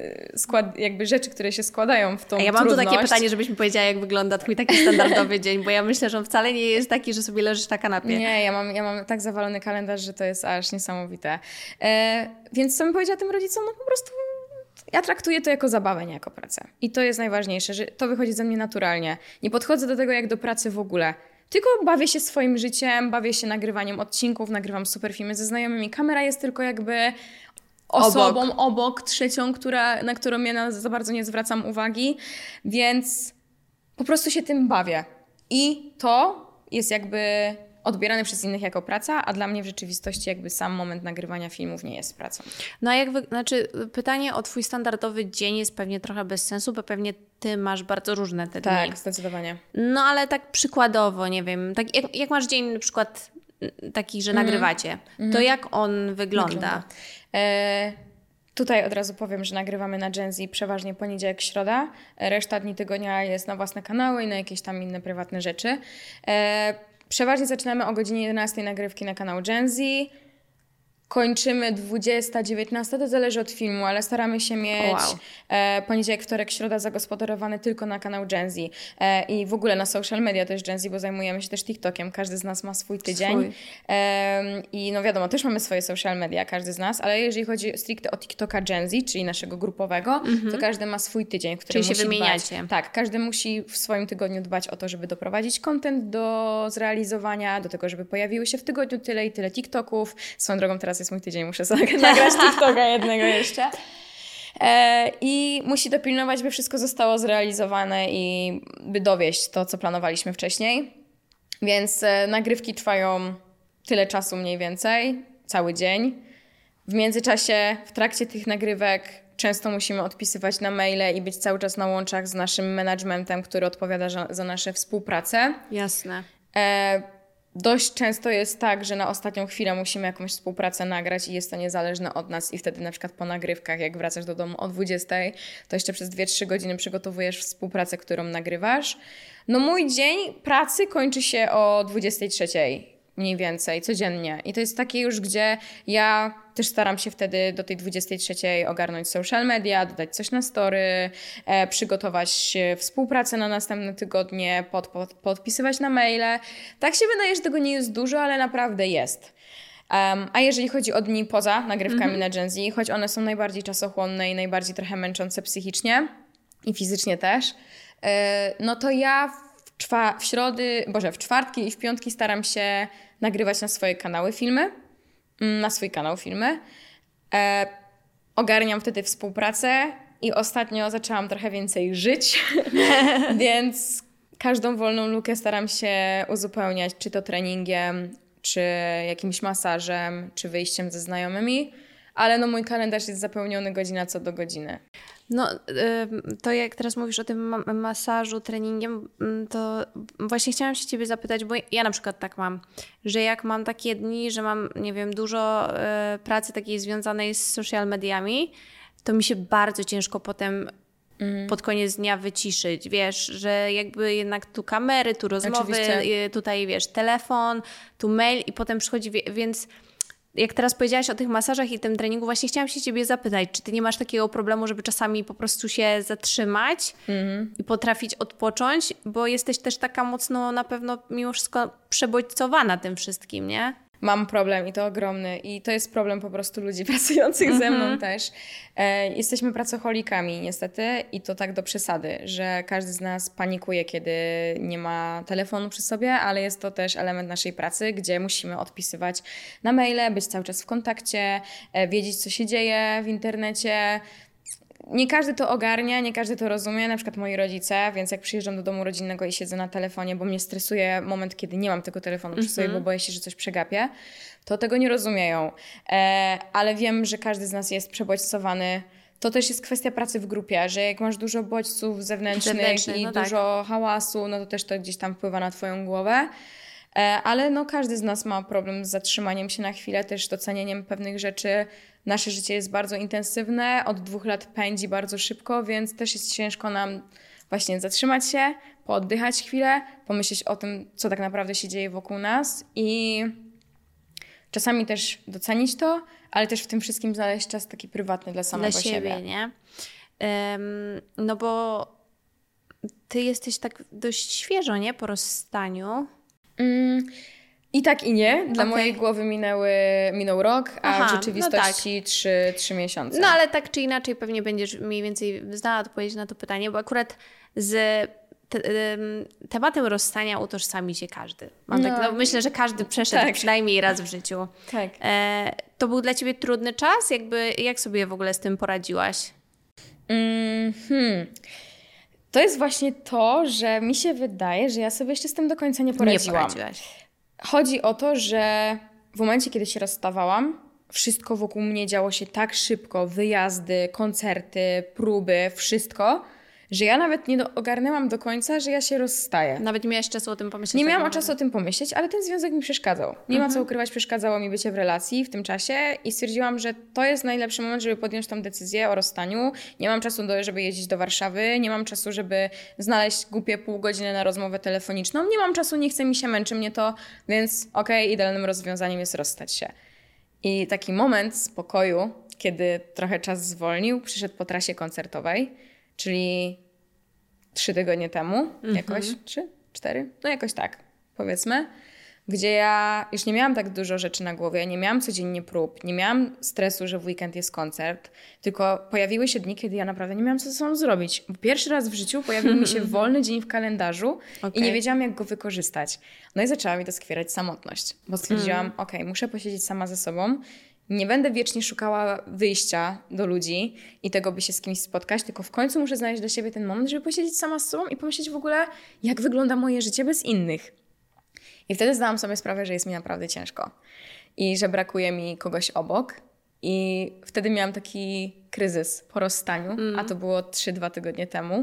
jakby rzeczy, które się składają w tą trudność. A ja mam tu takie pytanie, żebyś mi powiedziała, jak wygląda twój taki standardowy dzień, bo ja myślę, że on wcale nie jest taki, że sobie leżysz na kanapie. Nie, ja mam tak zawalony kalendarz, że to jest aż niesamowite. Więc co bym powiedziała tym rodzicom? No po prostu ja traktuję to jako zabawę, nie jako pracę. I to jest najważniejsze, że to wychodzi ze mnie naturalnie. Nie podchodzę do tego jak do pracy w ogóle. Tylko bawię się swoim życiem, bawię się nagrywaniem odcinków, nagrywam super filmy ze znajomymi. Kamera jest tylko jakby osobą obok trzecią, na którą ja za bardzo nie zwracam uwagi. Więc po prostu się tym bawię. I to jest jakby odbierane przez innych jako praca, a dla mnie w rzeczywistości jakby sam moment nagrywania filmów nie jest pracą. No a pytanie o twój standardowy dzień jest pewnie trochę bez sensu, bo pewnie ty masz bardzo różne te dni. Tak, zdecydowanie. No ale tak przykładowo, nie wiem, tak jak masz dzień na przykład taki, że nagrywacie, to jak on wygląda? Tutaj od razu powiem, że nagrywamy na Gen Z przeważnie poniedziałek, środa. Reszta dni tygodnia jest na własne kanały i na jakieś tam inne prywatne rzeczy. Przeważnie zaczynamy o godzinie 11 nagrywki na kanał Gen Z. Kończymy 20, 19, to zależy od filmu, ale staramy się mieć poniedziałek, wtorek, środa zagospodarowane tylko na kanał Gen Z. I w ogóle na social media też Gen Z, bo zajmujemy się też TikTokiem. Każdy z nas ma swój tydzień. I no wiadomo, też mamy swoje social media, każdy z nas, ale jeżeli chodzi stricte o TikToka Gen Z, czyli naszego grupowego, to każdy ma swój tydzień, w którym czyli się wymieniacie. Tak, każdy musi w swoim tygodniu dbać o to, żeby doprowadzić content do zrealizowania, do tego, żeby pojawiły się w tygodniu tyle i tyle TikToków. Swoją drogą teraz jest mój tydzień, muszę sobie nagrać TikToka jednego jeszcze. I musi dopilnować, by wszystko zostało zrealizowane i by dowieść to, co planowaliśmy wcześniej. Więc nagrywki trwają tyle czasu mniej więcej, cały dzień. W międzyczasie, w trakcie tych nagrywek często musimy odpisywać na maile i być cały czas na łączach z naszym managementem, który odpowiada za nasze współpracę. Jasne. Dość często jest tak, że na ostatnią chwilę musimy jakąś współpracę nagrać i jest to niezależne od nas i wtedy na przykład po nagrywkach, jak wracasz do domu o 20, to jeszcze przez 2-3 godziny przygotowujesz współpracę, którą nagrywasz. No mój dzień pracy kończy się o 23 mniej więcej, codziennie. I to jest takie już, gdzie ja też staram się wtedy do tej 23 ogarnąć social media, dodać coś na story, przygotować współpracę na następne tygodnie, podpisywać na maile. Tak się wydaje, że tego nie jest dużo, ale naprawdę jest. A jeżeli chodzi o dni poza nagrywkami na Gen Z, choć one są najbardziej czasochłonne i najbardziej trochę męczące psychicznie i fizycznie też, no to ja w czwartki i w piątki staram się nagrywać na swoje kanały filmy, na swój kanał filmy. Ogarniam wtedy współpracę i ostatnio zaczęłam trochę więcej żyć, więc każdą wolną lukę staram się uzupełniać, czy to treningiem, czy jakimś masażem, czy wyjściem ze znajomymi, ale no mój kalendarz jest zapełniony godzina co do godziny. No, to jak teraz mówisz o tym masażu, treningiem, to właśnie chciałam się Ciebie zapytać, bo ja na przykład tak mam, że jak mam takie dni, że mam, nie wiem, dużo pracy takiej związanej z social mediami, to mi się bardzo ciężko potem pod koniec dnia wyciszyć, wiesz, że jakby jednak tu kamery, tu rozmowy, tutaj wiesz, telefon, tu mail i potem przychodzi, więc jak teraz powiedziałaś o tych masażach i tym treningu, właśnie chciałam się Ciebie zapytać, czy Ty nie masz takiego problemu, żeby czasami po prostu się zatrzymać i potrafić odpocząć, bo jesteś też taka mocno na pewno mimo wszystko przebodźcowana tym wszystkim, nie? Mam problem i to ogromny i to jest problem po prostu ludzi pracujących ze mną też. Jesteśmy pracocholikami niestety i to tak do przesady, że każdy z nas panikuje, kiedy nie ma telefonu przy sobie, ale jest to też element naszej pracy, gdzie musimy odpisywać na maile, być cały czas w kontakcie, wiedzieć co się dzieje w internecie. Nie każdy to ogarnia, nie każdy to rozumie, na przykład moi rodzice, więc jak przyjeżdżam do domu rodzinnego i siedzę na telefonie, bo mnie stresuje moment, kiedy nie mam tego telefonu przy sobie, bo boję się, że coś przegapię, to tego nie rozumieją. Ale wiem, że każdy z nas jest przebodźcowany. To też jest kwestia pracy w grupie, że jak masz dużo bodźców zewnętrznych i dużo hałasu, no to też to gdzieś tam wpływa na twoją głowę. Ale no każdy z nas ma problem z zatrzymaniem się na chwilę, też docenieniem pewnych rzeczy. Nasze życie jest bardzo intensywne, od 2 lat pędzi bardzo szybko, więc też jest ciężko nam właśnie zatrzymać się, pooddychać chwilę, pomyśleć o tym, co tak naprawdę się dzieje wokół nas i czasami też docenić to, ale też w tym wszystkim znaleźć czas taki prywatny dla samego siebie. Dla siebie, nie? No bo Ty jesteś tak dość świeżo, nie? Po rozstaniu. I tak i nie. Dla mojej głowy minął rok, a w rzeczywistości 3 miesiące. No ale tak czy inaczej pewnie będziesz mniej więcej znała odpowiedź na to pytanie, bo akurat z tematem rozstania utożsami się każdy. Myślę, że każdy przeszedł przynajmniej raz w życiu. Tak. To był dla Ciebie trudny czas? Jak sobie w ogóle z tym poradziłaś? To jest właśnie to, że mi się wydaje, że ja sobie jeszcze z tym do końca nie poradziłam. Nie poradziłaś. Chodzi o to, że w momencie, kiedy się rozstawałam, wszystko wokół mnie działo się tak szybko, wyjazdy, koncerty, próby, wszystko, że ja nawet nie ogarnęłam do końca, że ja się rozstaję. Nawet nie miałaś czasu o tym pomyśleć? Nie miałam czasu o tym pomyśleć, ale ten związek mi przeszkadzał. Nie ma co ukrywać, przeszkadzało mi bycie w relacji w tym czasie i stwierdziłam, że to jest najlepszy moment, żeby podjąć tą decyzję o rozstaniu. Nie mam czasu, żeby jeździć do Warszawy, nie mam czasu, żeby znaleźć głupie pół godziny na rozmowę telefoniczną, nie mam czasu, nie chce mi się, męczy mnie to, więc idealnym rozwiązaniem jest rozstać się. I taki moment spokoju, kiedy trochę czas zwolnił, przyszedł po trasie koncertowej, czyli 3 tygodnie temu, jakoś 3, 4, no jakoś tak, powiedzmy, gdzie ja już nie miałam tak dużo rzeczy na głowie, nie miałam codziennie prób, nie miałam stresu, że w weekend jest koncert, tylko pojawiły się dni, kiedy ja naprawdę nie miałam co ze sobą zrobić. Bo pierwszy raz w życiu pojawił mi się wolny dzień w kalendarzu i nie wiedziałam, jak go wykorzystać. No i zaczęła mi doskwierać samotność, bo stwierdziłam, muszę posiedzieć sama ze sobą, nie będę wiecznie szukała wyjścia do ludzi i tego, by się z kimś spotkać, tylko w końcu muszę znaleźć dla siebie ten moment, żeby posiedzieć sama z sobą i pomyśleć w ogóle, jak wygląda moje życie bez innych. I wtedy zdałam sobie sprawę, że jest mi naprawdę ciężko i że brakuje mi kogoś obok I wtedy miałam taki kryzys po rozstaniu, a to było 3-2 tygodnie temu.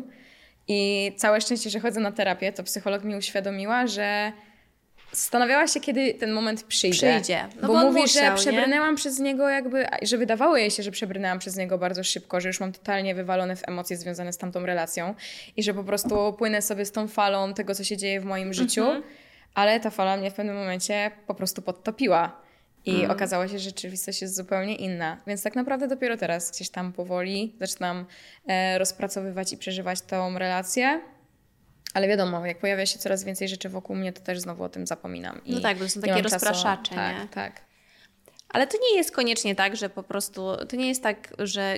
I całe szczęście, że chodzę na terapię, to psycholog mi uświadomiła, że zastanawiała się, kiedy ten moment przyjdzie. No bo mówi, musiał, że przebrnęłam przez niego jakby, że wydawało jej się, że przebrnęłam przez niego bardzo szybko, że już mam totalnie wywalone w emocje związane z tamtą relacją i że po prostu płynę sobie z tą falą tego, co się dzieje w moim życiu, ale ta fala mnie w pewnym momencie po prostu podtopiła. I okazało się, że rzeczywistość jest zupełnie inna. Więc tak naprawdę dopiero teraz gdzieś tam powoli zaczynam rozpracowywać i przeżywać tą relację. Ale wiadomo, jak pojawia się coraz więcej rzeczy wokół mnie, to też znowu o tym zapominam. No tak, bo to są takie rozpraszacze, nie? Tak. Ale to nie jest koniecznie tak, że po prostu, to nie jest tak, że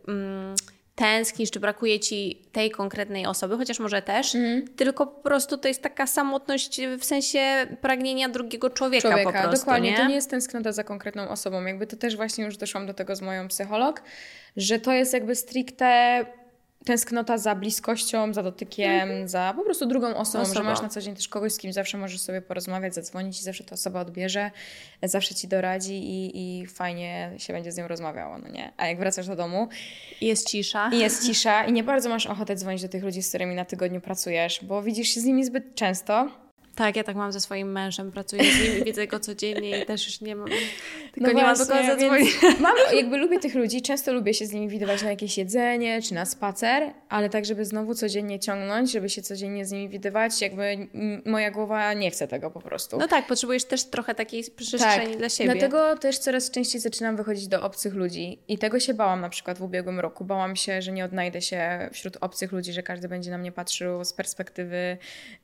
tęsknisz, czy brakuje ci tej konkretnej osoby, chociaż może też, tylko po prostu to jest taka samotność w sensie pragnienia drugiego człowieka po prostu, dokładnie. nie? To nie jest tęsknota za konkretną osobą. Jakby to też właśnie już doszłam do tego z moją psycholog, że to jest jakby stricte tęsknota za bliskością, za dotykiem, za po prostu drugą osobą, że masz na co dzień też kogoś, z kim zawsze możesz sobie porozmawiać, zadzwonić i zawsze ta osoba odbierze, zawsze ci doradzi i fajnie się będzie z nią rozmawiało, no nie? A jak wracasz do domu jest cisza. I jest cisza i nie bardzo masz ochotę dzwonić do tych ludzi, z którymi na tygodniu pracujesz, bo widzisz się z nimi zbyt często. Tak, ja tak mam ze swoim mężem, pracuję z nim i widzę go codziennie i też już nie mam, tylko nie mam do kogo zadzwonić. Jakby lubię tych ludzi, często lubię się z nimi widywać na jakieś jedzenie czy na spacer, ale tak, żeby znowu codziennie ciągnąć, żeby się codziennie z nimi widywać, jakby moja głowa nie chce tego po prostu. No tak, potrzebujesz też trochę takiej przestrzeni dla siebie. Dlatego też coraz częściej zaczynam wychodzić do obcych ludzi i tego się bałam na przykład w ubiegłym roku. Bałam się, że nie odnajdę się wśród obcych ludzi, że każdy będzie na mnie patrzył z perspektywy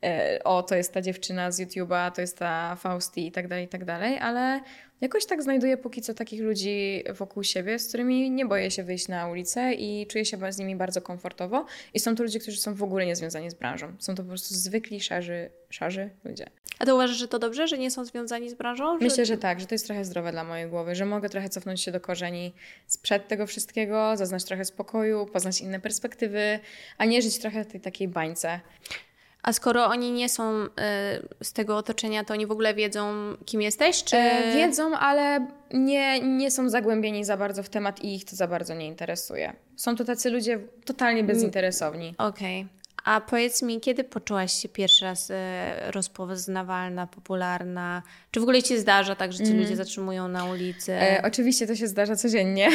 to jest ta dziewczyna z YouTube'a, to jest ta Fausti i tak dalej, ale jakoś tak znajduję póki co takich ludzi wokół siebie, z którymi nie boję się wyjść na ulicę i czuję się z nimi bardzo komfortowo. I są to ludzie, którzy są w ogóle niezwiązani z branżą. Są to po prostu zwykli, szarzy ludzie. A ty uważasz, że to dobrze, że nie są związani z branżą? Myślę, że tak, że to jest trochę zdrowe dla mojej głowy, że mogę trochę cofnąć się do korzeni sprzed tego wszystkiego, zaznać trochę spokoju, poznać inne perspektywy, a nie żyć trochę w tej takiej bańce. A skoro oni nie są z tego otoczenia, to oni w ogóle wiedzą, kim jesteś? Czy... Wiedzą, ale nie są zagłębieni za bardzo w temat i ich to za bardzo nie interesuje. Są to tacy ludzie totalnie bezinteresowni. Okej. A powiedz mi, kiedy poczułaś się pierwszy raz rozpoznawalna, popularna? Czy w ogóle ci zdarza tak, że ci ludzie zatrzymują na ulicy? Oczywiście to się zdarza codziennie.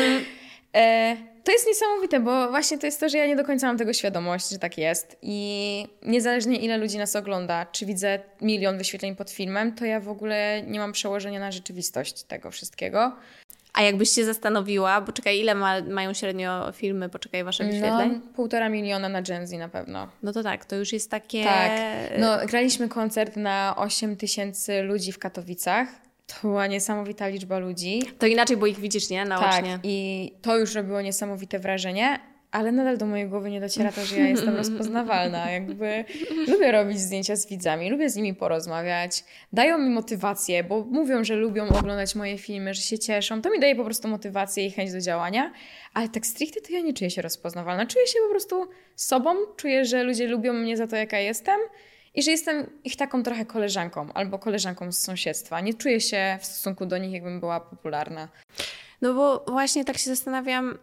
To jest niesamowite, bo właśnie to jest to, że ja nie do końca mam tego świadomość, że tak jest. I niezależnie ile ludzi nas ogląda, czy widzę 1 milion wyświetleń pod filmem, to ja w ogóle nie mam przełożenia na rzeczywistość tego wszystkiego. A jakbyś się zastanowiła, bo czekaj, ile mają średnio filmy, wasze wyświetleń? 1,5 miliona na Gen Z na pewno. No to tak, to już jest takie... Tak, graliśmy koncert na 8 000 ludzi w Katowicach. To była niesamowita liczba ludzi. To inaczej, bo ich widzisz, nie? Naocznie. Tak, i to już robiło niesamowite wrażenie, ale nadal do mojej głowy nie dociera to, że ja jestem rozpoznawalna. Jakby lubię robić zdjęcia z widzami, lubię z nimi porozmawiać. Dają mi motywację, bo mówią, że lubią oglądać moje filmy, że się cieszą. To mi daje po prostu motywację i chęć do działania. Ale tak stricte to ja nie czuję się rozpoznawalna. Czuję się po prostu sobą. Czuję, że ludzie lubią mnie za to, jaka jestem. I że jestem ich taką trochę koleżanką albo koleżanką z sąsiedztwa. Nie czuję się w stosunku do nich, jakbym była popularna. No bo właśnie tak się zastanawiam,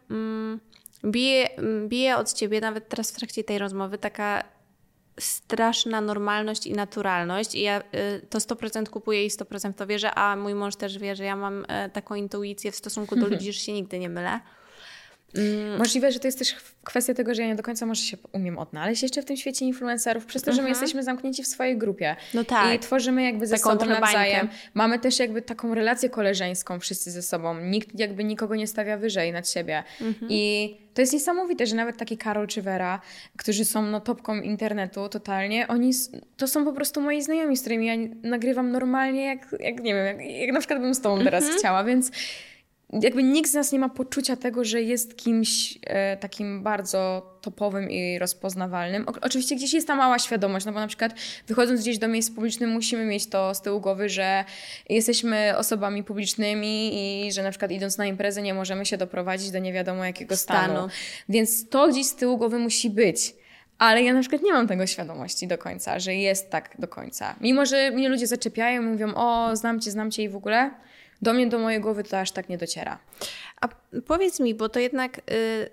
bije od ciebie nawet teraz w trakcie tej rozmowy taka straszna normalność i naturalność i ja to 100% kupuję i 100% to wierzę, a mój mąż też wie, że ja mam taką intuicję w stosunku do ludzi, że się nigdy nie mylę. Możliwe, że to jest też kwestia tego, że ja nie do końca może się umiem odnaleźć jeszcze w tym świecie influencerów, przez to, że my jesteśmy zamknięci w swojej grupie. No tak. I tworzymy jakby ze sobą nawzajem. Mamy też jakby taką relację koleżeńską wszyscy ze sobą. Nikt jakby nikogo nie stawia wyżej nad siebie. I to jest niesamowite, że nawet taki Karol czy Vera, którzy są topką internetu totalnie, to są po prostu moi znajomi, z którymi ja nagrywam normalnie, jak nie wiem, jak na przykład bym z tobą teraz chciała, więc jakby nikt z nas nie ma poczucia tego, że jest kimś takim bardzo topowym i rozpoznawalnym. Oczywiście gdzieś jest ta mała świadomość, no bo na przykład wychodząc gdzieś do miejsc publicznych musimy mieć to z tyłu głowy, że jesteśmy osobami publicznymi i że na przykład idąc na imprezę nie możemy się doprowadzić do nie wiadomo jakiego stanu. Więc to gdzieś z tyłu głowy musi być. Ale ja na przykład nie mam tego świadomości do końca, że jest tak do końca. Mimo, że mnie ludzie zaczepiają i mówią, o znam cię i w ogóle, do mnie, do mojej głowy to aż tak nie dociera. A powiedz mi, bo to jednak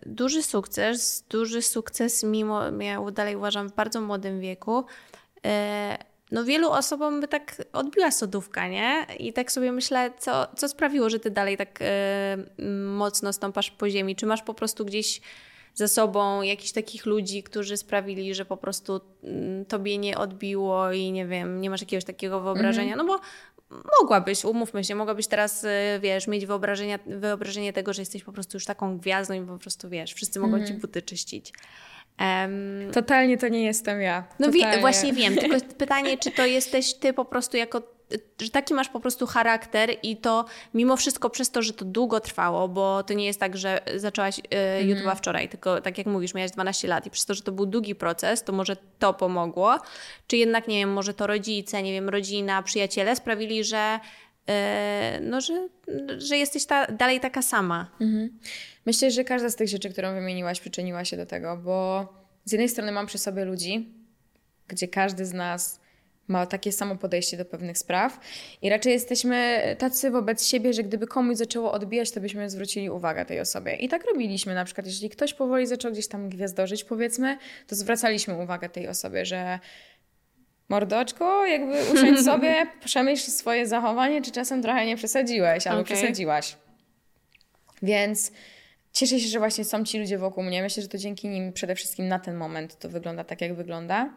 duży sukces mimo, ja dalej uważam, w bardzo młodym wieku, no wielu osobom by tak odbiła sodówka, nie? I tak sobie myślę, co sprawiło, że ty dalej tak mocno stąpasz po ziemi? Czy masz po prostu gdzieś za sobą jakichś takich ludzi, którzy sprawili, że po prostu tobie nie odbiło i nie wiem, nie masz jakiegoś takiego wyobrażenia? No bo mogłabyś, umówmy się, mogłabyś teraz, wiesz, mieć wyobrażenie tego, że jesteś po prostu już taką gwiazdą i po prostu, wiesz, wszyscy mogą ci buty czyścić. Totalnie to nie jestem ja. No właśnie wiem, tylko pytanie, czy to jesteś ty po prostu że taki masz po prostu charakter i to mimo wszystko przez to, że to długo trwało, bo to nie jest tak, że zaczęłaś YouTube'a wczoraj, tylko tak jak mówisz, miałaś 12 lat i przez to, że to był długi proces, to może to pomogło, czy jednak, nie wiem, może to rodzice, nie wiem, rodzina, przyjaciele sprawili, że że jesteś dalej taka sama. Myślę, że każda z tych rzeczy, którą wymieniłaś, przyczyniła się do tego, bo z jednej strony mam przy sobie ludzi, gdzie każdy z nas ma takie samo podejście do pewnych spraw i raczej jesteśmy tacy wobec siebie, że gdyby komuś zaczęło odbijać, to byśmy zwrócili uwagę tej osobie. I tak robiliśmy. Na przykład, jeśli ktoś powoli zaczął gdzieś tam gwiazdorzyć, powiedzmy, to zwracaliśmy uwagę tej osobie, że mordoczko, jakby usiądź sobie, przemyśl swoje zachowanie, czy czasem trochę nie przesadziłeś albo przesadziłaś. Więc cieszę się, że właśnie są ci ludzie wokół mnie. Myślę, że to dzięki nim przede wszystkim na ten moment to wygląda tak, jak wygląda.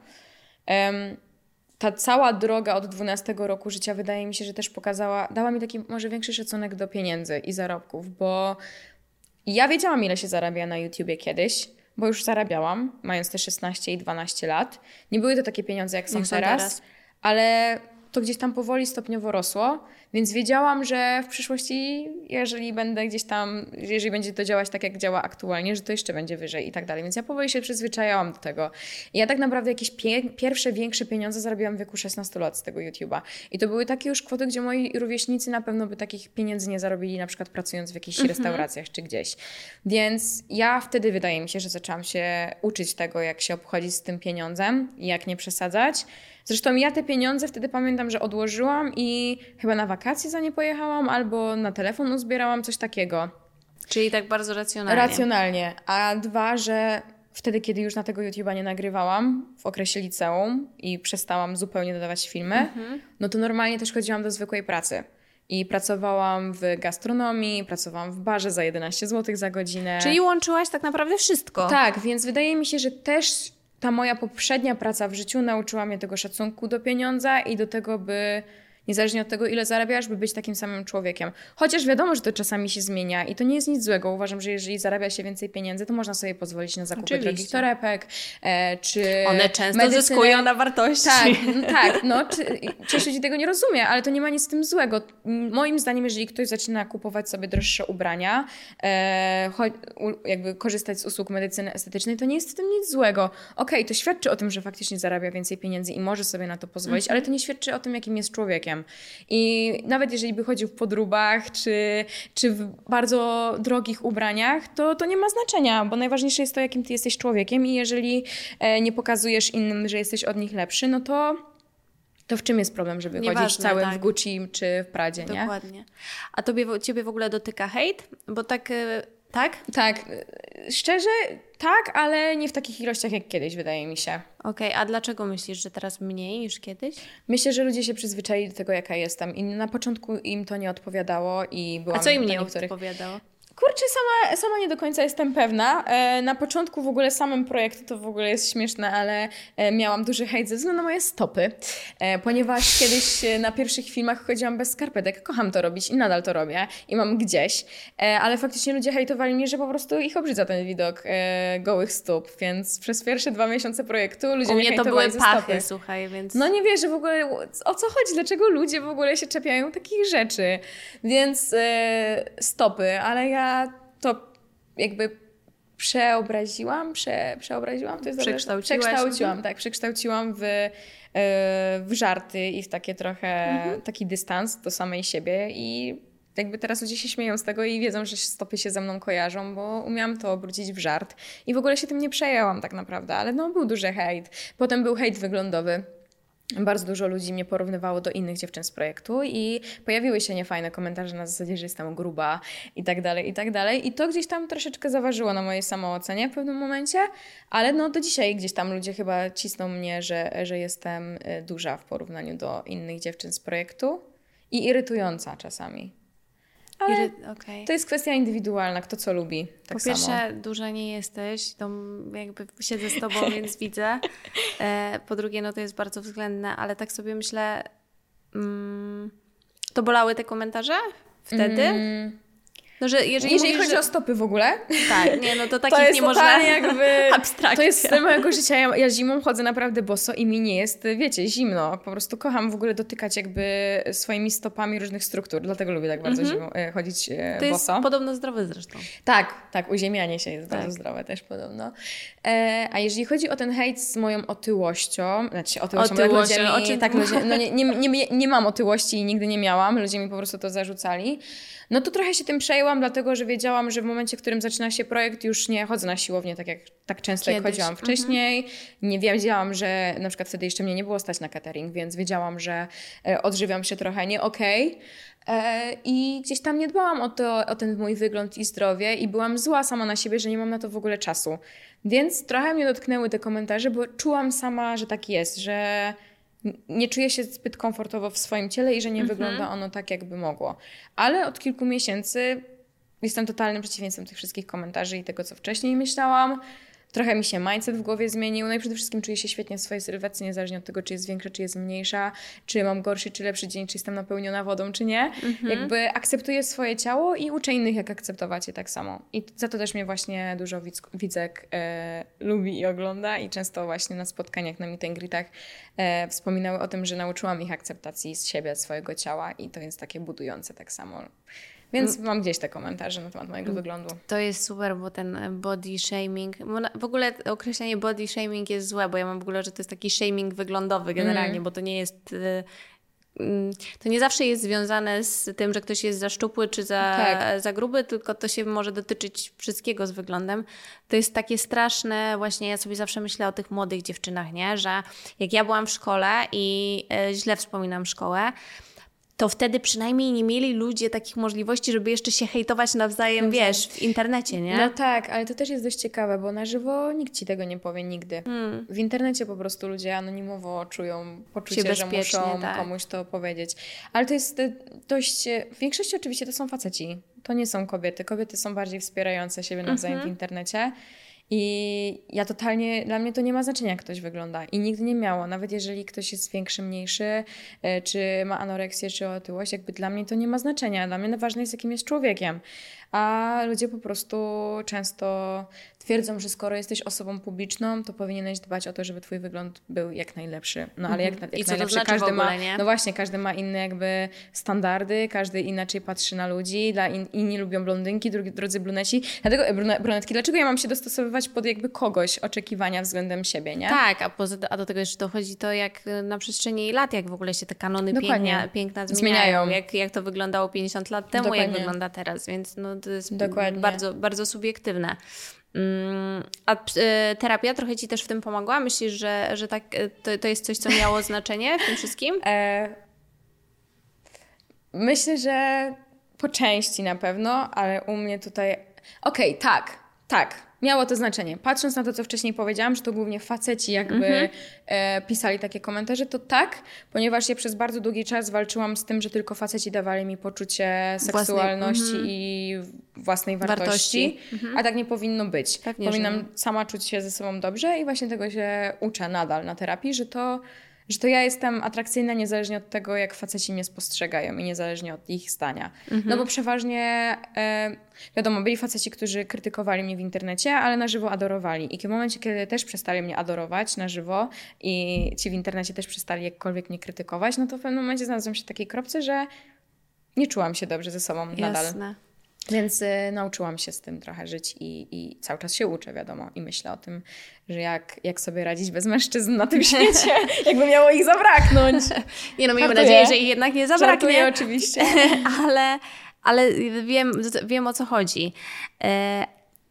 Ta cała droga od 12 roku życia wydaje mi się, że też dała mi taki może większy szacunek do pieniędzy i zarobków, bo ja wiedziałam, ile się zarabia na YouTubie kiedyś, bo już zarabiałam, mając te 16 i 12 lat. Nie były to takie pieniądze, jak są teraz, ale to gdzieś tam powoli, stopniowo rosło, więc wiedziałam, że w przyszłości, jeżeli będzie to działać tak, jak działa aktualnie, że to jeszcze będzie wyżej i tak dalej. Więc ja powoli się przyzwyczajałam do tego. I ja tak naprawdę jakieś pierwsze, większe pieniądze zarobiłam w wieku 16 lat z tego YouTube'a. I to były takie już kwoty, gdzie moi rówieśnicy na pewno by takich pieniędzy nie zarobili, na przykład pracując w jakichś restauracjach czy gdzieś. Więc ja wtedy, wydaje mi się, że zaczęłam się uczyć tego, jak się obchodzić z tym pieniądzem i jak nie przesadzać. Zresztą ja te pieniądze wtedy pamiętam, że odłożyłam i chyba na wakacje za nie pojechałam albo na telefon uzbierałam, coś takiego. Czyli tak bardzo racjonalnie. Racjonalnie. A dwa, że wtedy, kiedy już na tego YouTube'a nie nagrywałam w okresie liceum i przestałam zupełnie dodawać filmy, no to normalnie też chodziłam do zwykłej pracy. I pracowałam w gastronomii, pracowałam w barze za 11 zł za godzinę. Czyli łączyłaś tak naprawdę wszystko. Tak, więc wydaje mi się, że też ta moja poprzednia praca w życiu nauczyła mnie tego szacunku do pieniądza i do tego, by niezależnie od tego, ile zarabiasz, by być takim samym człowiekiem. Chociaż wiadomo, że to czasami się zmienia i to nie jest nic złego. Uważam, że jeżeli zarabia się więcej pieniędzy, to można sobie pozwolić na zakupy drogich torebek, czy one często zyskują na wartości. Tak. Część ludzi tego nie rozumie, ale to nie ma nic z tym złego. Moim zdaniem, jeżeli ktoś zaczyna kupować sobie droższe ubrania, jakby korzystać z usług medycyny estetycznej, to nie jest w tym nic złego. Okej, to świadczy o tym, że faktycznie zarabia więcej pieniędzy i może sobie na to pozwolić, ale to nie świadczy o tym, jakim jest człowiekiem. I nawet jeżeli by chodził w podróbach, czy w bardzo drogich ubraniach, to nie ma znaczenia, bo najważniejsze jest to, jakim ty jesteś człowiekiem i jeżeli nie pokazujesz innym, że jesteś od nich lepszy, no to w czym jest problem, żeby chodzić całym w Gucci czy w Pradzie, nie? Dokładnie. A ciebie w ogóle dotyka hejt? Bo tak... Tak? Tak. Szczerze, tak, ale nie w takich ilościach jak kiedyś, wydaje mi się. Okej, a dlaczego myślisz, że teraz mniej niż kiedyś? Myślę, że ludzie się przyzwyczaili do tego, jaka jestem i na początku im to nie odpowiadało i byłam... A co im nie odpowiadało? Kurczę, sama nie do końca jestem pewna. Na początku w ogóle samym projektu to w ogóle jest śmieszne, ale miałam duży hejt ze względu na moje stopy, ponieważ kiedyś na pierwszych filmach chodziłam bez skarpetek. Kocham to robić i nadal to robię i mam gdzieś, ale faktycznie ludzie hejtowali mnie, że po prostu ich obrzydza ten widok gołych stóp, więc przez pierwsze 2 miesiące projektu ludzie mnie hejtowali ze stopy. To były pachy, słuchaj, więc... No nie wierzę w ogóle, o co chodzi, dlaczego ludzie w ogóle się czepiają takich rzeczy, więc stopy, ale ja to jakby przeobraziłam, to jest przekształciłam w żarty i w takie trochę taki dystans do samej siebie i jakby teraz ludzie się śmieją z tego i wiedzą, że stopy się ze mną kojarzą, bo umiałam to obrócić w żart i w ogóle się tym nie przejęłam tak naprawdę, ale no był duży hejt. Potem był hejt wyglądowy. Bardzo dużo ludzi mnie porównywało do innych dziewczyn z projektu i pojawiły się niefajne komentarze na zasadzie, że jestem gruba i tak dalej, i tak dalej. I to gdzieś tam troszeczkę zaważyło na mojej samoocenie w pewnym momencie, ale no do dzisiaj gdzieś tam ludzie chyba cisną mnie, że jestem duża w porównaniu do innych dziewczyn z projektu i irytująca czasami. Ale to jest kwestia indywidualna, kto co lubi. Tak po pierwsze, samo. Duża nie jesteś, to jakby siedzę z tobą, więc widzę. Po drugie, no to jest bardzo względne, ale tak sobie myślę, to bolały te komentarze wtedy? No, że jeżeli chodzi o stopy w ogóle, tak, nie, no to takich nie można jakby abstrakcja. To jest styl mojego życia. Ja zimą chodzę naprawdę boso i mi nie jest, wiecie, zimno. Po prostu kocham w ogóle dotykać jakby swoimi stopami różnych struktur. Dlatego lubię tak bardzo zimą chodzić to boso. To jest podobno zdrowe zresztą. Tak, uziemianie się jest bardzo zdrowe też podobno. A jeżeli chodzi o ten hejt z moją otyłością, nie mam otyłości i nigdy nie miałam, ludzie mi po prostu to zarzucali. No to trochę się tym przejęłam, dlatego że wiedziałam, że w momencie, w którym zaczyna się projekt, już nie chodzę na siłownię tak często, jak chodziłam wcześniej. Nie wiedziałam, że na przykład wtedy jeszcze mnie nie było stać na catering, więc wiedziałam, że odżywiam się trochę nie okej. I gdzieś tam nie dbałam o ten mój wygląd i zdrowie i byłam zła sama na siebie, że nie mam na to w ogóle czasu. Więc trochę mnie dotknęły te komentarze, bo czułam sama, że tak jest, że nie czuję się zbyt komfortowo w swoim ciele i że nie wygląda ono tak, jakby mogło. Ale od kilku miesięcy jestem totalnym przeciwieństwem tych wszystkich komentarzy i tego, co wcześniej myślałam. Trochę mi się mindset w głowie zmienił, no i przede wszystkim czuję się świetnie w swojej sylwetce, niezależnie od tego, czy jest większa, czy jest mniejsza, czy mam gorszy, czy lepszy dzień, czy jestem napełniona wodą, czy nie. Jakby akceptuję swoje ciało i uczę innych, jak akceptować je tak samo. I za to też mnie właśnie dużo widzek lubi i ogląda i często właśnie na spotkaniach, na meet and greetach wspominały o tym, że nauczyłam ich akceptacji z siebie, swojego ciała i to jest takie budujące tak samo. Więc mam gdzieś te komentarze na temat mojego wyglądu. To jest super, bo ten body shaming, w ogóle określenie body shaming jest złe, bo ja mam w ogóle, że to jest taki shaming wyglądowy generalnie, bo to nie jest... To nie zawsze jest związane z tym, że ktoś jest za szczupły czy za gruby, tylko to się może dotyczyć wszystkiego z wyglądem. To jest takie straszne, właśnie ja sobie zawsze myślę o tych młodych dziewczynach, nie? Że jak ja byłam w szkole i źle wspominam szkołę, to wtedy przynajmniej nie mieli ludzie takich możliwości, żeby jeszcze się hejtować nawzajem, wiesz, w internecie, nie? No tak, ale to też jest dość ciekawe, bo na żywo nikt ci tego nie powie nigdy. W internecie po prostu ludzie anonimowo czują poczucie, że muszą komuś to powiedzieć. Ale to jest dość... W większości oczywiście to są faceci. To nie są kobiety. Kobiety są bardziej wspierające siebie nawzajem w internecie. I ja totalnie, dla mnie to nie ma znaczenia, jak ktoś wygląda. I nigdy nie miało. Nawet jeżeli ktoś jest większy, mniejszy, czy ma anoreksję, czy otyłość, jakby dla mnie to nie ma znaczenia. Dla mnie ważne jest, jakim jest człowiekiem. A ludzie po prostu często twierdzą, że skoro jesteś osobą publiczną, to powinieneś dbać o to, żeby twój wygląd był jak najlepszy. No ale jak I co najlepszy, to znaczy każdy w ogóle, nie? No właśnie, każdy ma inne jakby standardy, każdy inaczej patrzy na ludzi, inni lubią blondynki, drudzy bruneci. Dlatego brunetki, dlaczego ja mam się dostosowywać pod jakby kogoś oczekiwania względem siebie, nie? Tak, a do tego jeszcze dochodzi to, jak na przestrzeni lat, jak w ogóle się te kanony piękna zmieniają. Jak to wyglądało 50 lat temu, jak wygląda teraz, więc no to jest bardzo, bardzo subiektywne. A terapia trochę ci też w tym pomogła? Myślisz, że tak, to jest coś, co miało znaczenie w tym wszystkim? Myślę, że po części na pewno, ale u mnie tutaj... Okej, tak. Miało to znaczenie. Patrząc na to, co wcześniej powiedziałam, że to głównie faceci jakby pisali takie komentarze, to tak, ponieważ ja przez bardzo długi czas walczyłam z tym, że tylko faceci dawali mi poczucie seksualności i własnej wartości. A tak nie powinno być. Pewnie, powinnam sama czuć się ze sobą dobrze i właśnie tego się uczę nadal na terapii, że to ja jestem atrakcyjna niezależnie od tego, jak faceci mnie spostrzegają i niezależnie od ich zdania. No bo przeważnie, wiadomo, byli faceci, którzy krytykowali mnie w internecie, ale na żywo adorowali. I w momencie, kiedy też przestali mnie adorować na żywo i ci w internecie też przestali jakkolwiek mnie krytykować, no to w pewnym momencie znalazłam się w takiej kropce, że nie czułam się dobrze ze sobą nadal. Jasne. Więc nauczyłam się z tym trochę żyć i cały czas się uczę, wiadomo. I myślę o tym, że jak sobie radzić bez mężczyzn na tym świecie, jakby miało ich zabraknąć. Nie no, miejmy nadzieję, że ich jednak nie zabraknie. Żartuję oczywiście. ale wiem o co chodzi.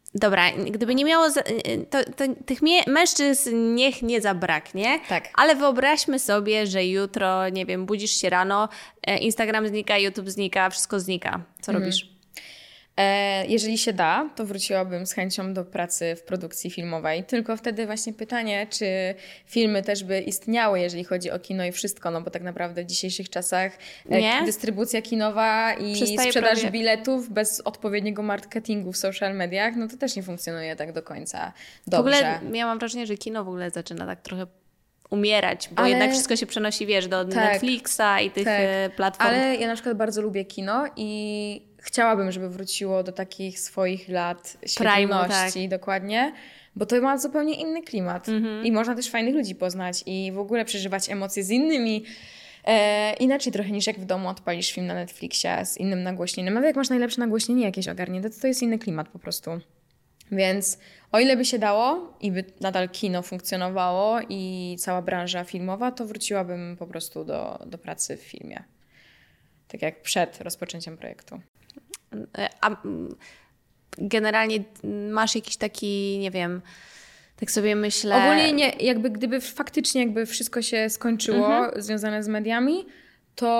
Dobra, gdyby nie miało, to tych mężczyzn niech nie zabraknie, Tak. Ale wyobraźmy sobie, że jutro, nie wiem, budzisz się rano, Instagram znika, YouTube znika, wszystko znika. Co robisz? Jeżeli się da, to wróciłabym z chęcią do pracy w produkcji filmowej. Tylko wtedy właśnie pytanie, czy filmy też by istniały, jeżeli chodzi o kino i wszystko, no bo tak naprawdę w dzisiejszych czasach dystrybucja kinowa i sprzedaż biletów bez odpowiedniego marketingu w social mediach, no to też nie funkcjonuje tak do końca dobrze. W ogóle ja mam wrażenie, że kino w ogóle zaczyna tak trochę umierać, bo jednak wszystko się przenosi, wiesz, do Netflixa i tych platform. Ale ja na przykład bardzo lubię kino i chciałabym, żeby wróciło do takich swoich lat świetności, dokładnie, bo to ma zupełnie inny klimat i można też fajnych ludzi poznać i w ogóle przeżywać emocje z innymi inaczej trochę niż jak w domu odpalisz film na Netflixie z innym nagłośnieniem. Nawet jak masz najlepsze nagłośnienie jakieś ogarnięte, to jest inny klimat po prostu. Więc o ile by się dało i by nadal kino funkcjonowało i cała branża filmowa, to wróciłabym po prostu do pracy w filmie. Tak jak przed rozpoczęciem projektu. A generalnie masz jakiś taki, nie wiem, tak sobie myślę... Ogólnie nie, jakby gdyby faktycznie jakby wszystko się skończyło związane z mediami, to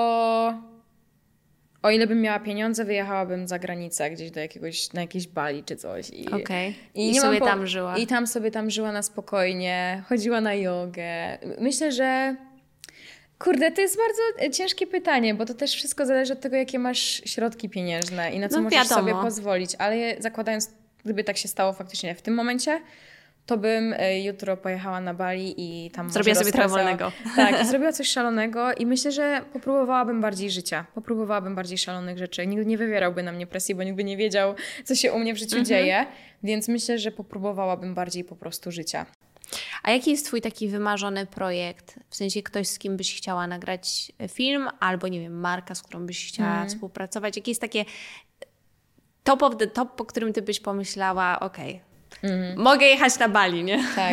o ile bym miała pieniądze, wyjechałabym za granicę gdzieś na jakieś Bali czy coś. I sobie tam żyła. I tam sobie żyła na spokojnie, chodziła na jogę. Myślę, że kurde, to jest bardzo ciężkie pytanie, bo to też wszystko zależy od tego, jakie masz środki pieniężne i na co możesz sobie pozwolić. Ale zakładając, gdyby tak się stało faktycznie w tym momencie, to bym jutro pojechała na Bali i tam zrobiła sobie trochę wolnego. Tak, zrobiła coś szalonego i myślę, że popróbowałabym bardziej życia. Popróbowałabym bardziej szalonych rzeczy. Nikt nie wywierałby na mnie presji, bo nikt by nie wiedział, co się u mnie w życiu dzieje. Więc myślę, że popróbowałabym bardziej po prostu życia. A jaki jest twój taki wymarzony projekt? W sensie ktoś, z kim byś chciała nagrać film, albo nie wiem, marka, z którą byś chciała współpracować? Jakie jest takie top of the top, po którym ty byś pomyślała, okej, mogę jechać na Bali, nie? Tak.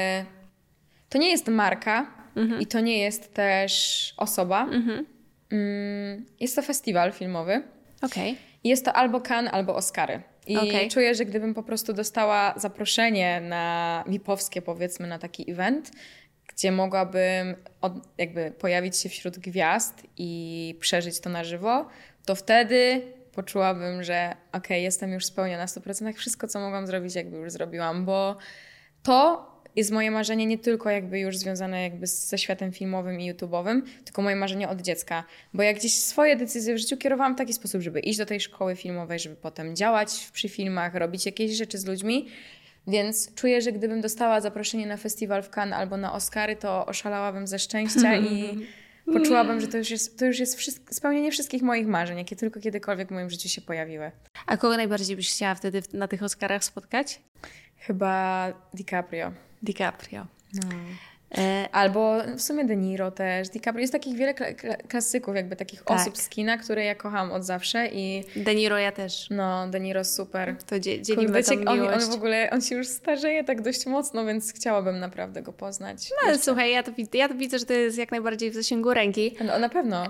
To nie jest marka i to nie jest też osoba. Jest to festiwal filmowy. I jest to albo Cannes, albo Oscary. I czuję, że gdybym po prostu dostała zaproszenie na VIP-owskie, powiedzmy, na taki event, gdzie mogłabym jakby pojawić się wśród gwiazd i przeżyć to na żywo, to wtedy poczułabym, że jestem już spełniona w 100%. Wszystko, co mogłam zrobić, jakby już zrobiłam, bo to jest moje marzenie nie tylko jakby już związane jakby ze światem filmowym i YouTube'owym, tylko moje marzenie od dziecka. Bo ja gdzieś swoje decyzje w życiu kierowałam w taki sposób, żeby iść do tej szkoły filmowej, żeby potem działać przy filmach, robić jakieś rzeczy z ludźmi. Więc czuję, że gdybym dostała zaproszenie na festiwal w Cannes albo na Oscary, to oszalałabym ze szczęścia i poczułabym, że to już jest spełnienie wszystkich moich marzeń, jakie tylko kiedykolwiek w moim życiu się pojawiły. A kogo najbardziej byś chciała wtedy na tych Oscarach spotkać? Chyba DiCaprio. No. Albo w sumie De Niro też. DiCaprio. Jest takich wiele klasyków, jakby takich osób z kina, które ja kocham od zawsze. I De Niro ja też. No, De Niro super. To dzielimy tą miłość. On w ogóle, on się już starzeje tak dość mocno, więc chciałabym naprawdę go poznać. No ale słuchaj, ja to widzę, że to jest jak najbardziej w zasięgu ręki. No, na pewno.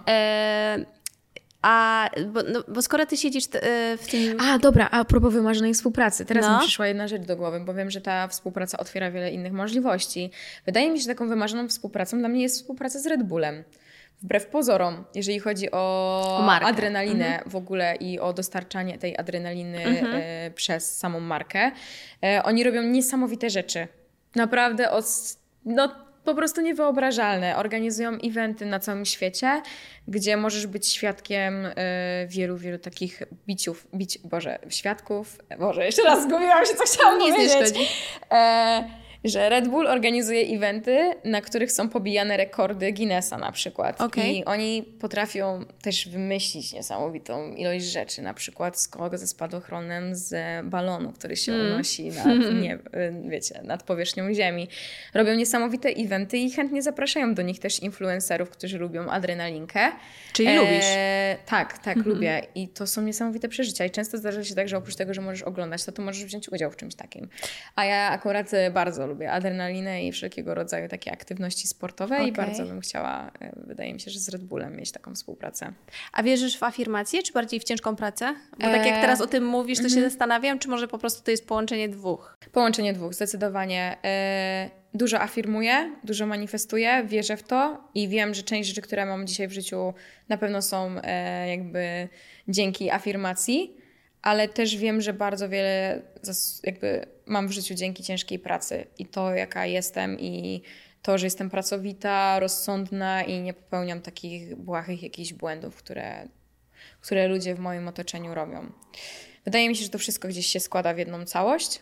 Bo skoro ty siedzisz w tym... A propos wymarzonej współpracy. Teraz mi przyszła jedna rzecz do głowy, bo wiem, że ta współpraca otwiera wiele innych możliwości. Wydaje mi się, że taką wymarzoną współpracą dla mnie jest współpraca z Red Bullem. Wbrew pozorom, jeżeli chodzi o adrenalinę w ogóle i o dostarczanie tej adrenaliny przez samą markę. Oni robią niesamowite rzeczy. Naprawdę po prostu niewyobrażalne. Organizują eventy na całym świecie, gdzie możesz być świadkiem wielu takich świadków. Jeszcze raz zgubiłam się, co chciałam powiedzieć. Nie szkodzi. Że Red Bull organizuje eventy, na których są pobijane rekordy Guinnessa na przykład. I oni potrafią też wymyślić niesamowitą ilość rzeczy, na przykład skok ze spadochronem z balonu, który się unosi nad powierzchnią ziemi. Robią niesamowite eventy i chętnie zapraszają do nich też influencerów, którzy lubią adrenalinkę. Czyli lubisz? Tak, lubię. I to są niesamowite przeżycia. I często zdarza się tak, że oprócz tego, że możesz oglądać, to możesz wziąć udział w czymś takim. A ja akurat bardzo lubię adrenalinę i wszelkiego rodzaju takie aktywności sportowe i bardzo bym chciała, wydaje mi się, że z Red Bullem mieć taką współpracę. A wierzysz w afirmację, czy bardziej w ciężką pracę? Bo tak jak teraz o tym mówisz, to się zastanawiam, czy może po prostu to jest połączenie dwóch? Połączenie dwóch, zdecydowanie. Dużo afirmuję, dużo manifestuję, wierzę w to i wiem, że część rzeczy, które mam dzisiaj w życiu, na pewno są jakby dzięki afirmacji, ale też wiem, że bardzo wiele jakby mam w życiu dzięki ciężkiej pracy i to, jaka jestem i to, że jestem pracowita, rozsądna i nie popełniam takich błahych jakichś błędów, które ludzie w moim otoczeniu robią. Wydaje mi się, że to wszystko gdzieś się składa w jedną całość.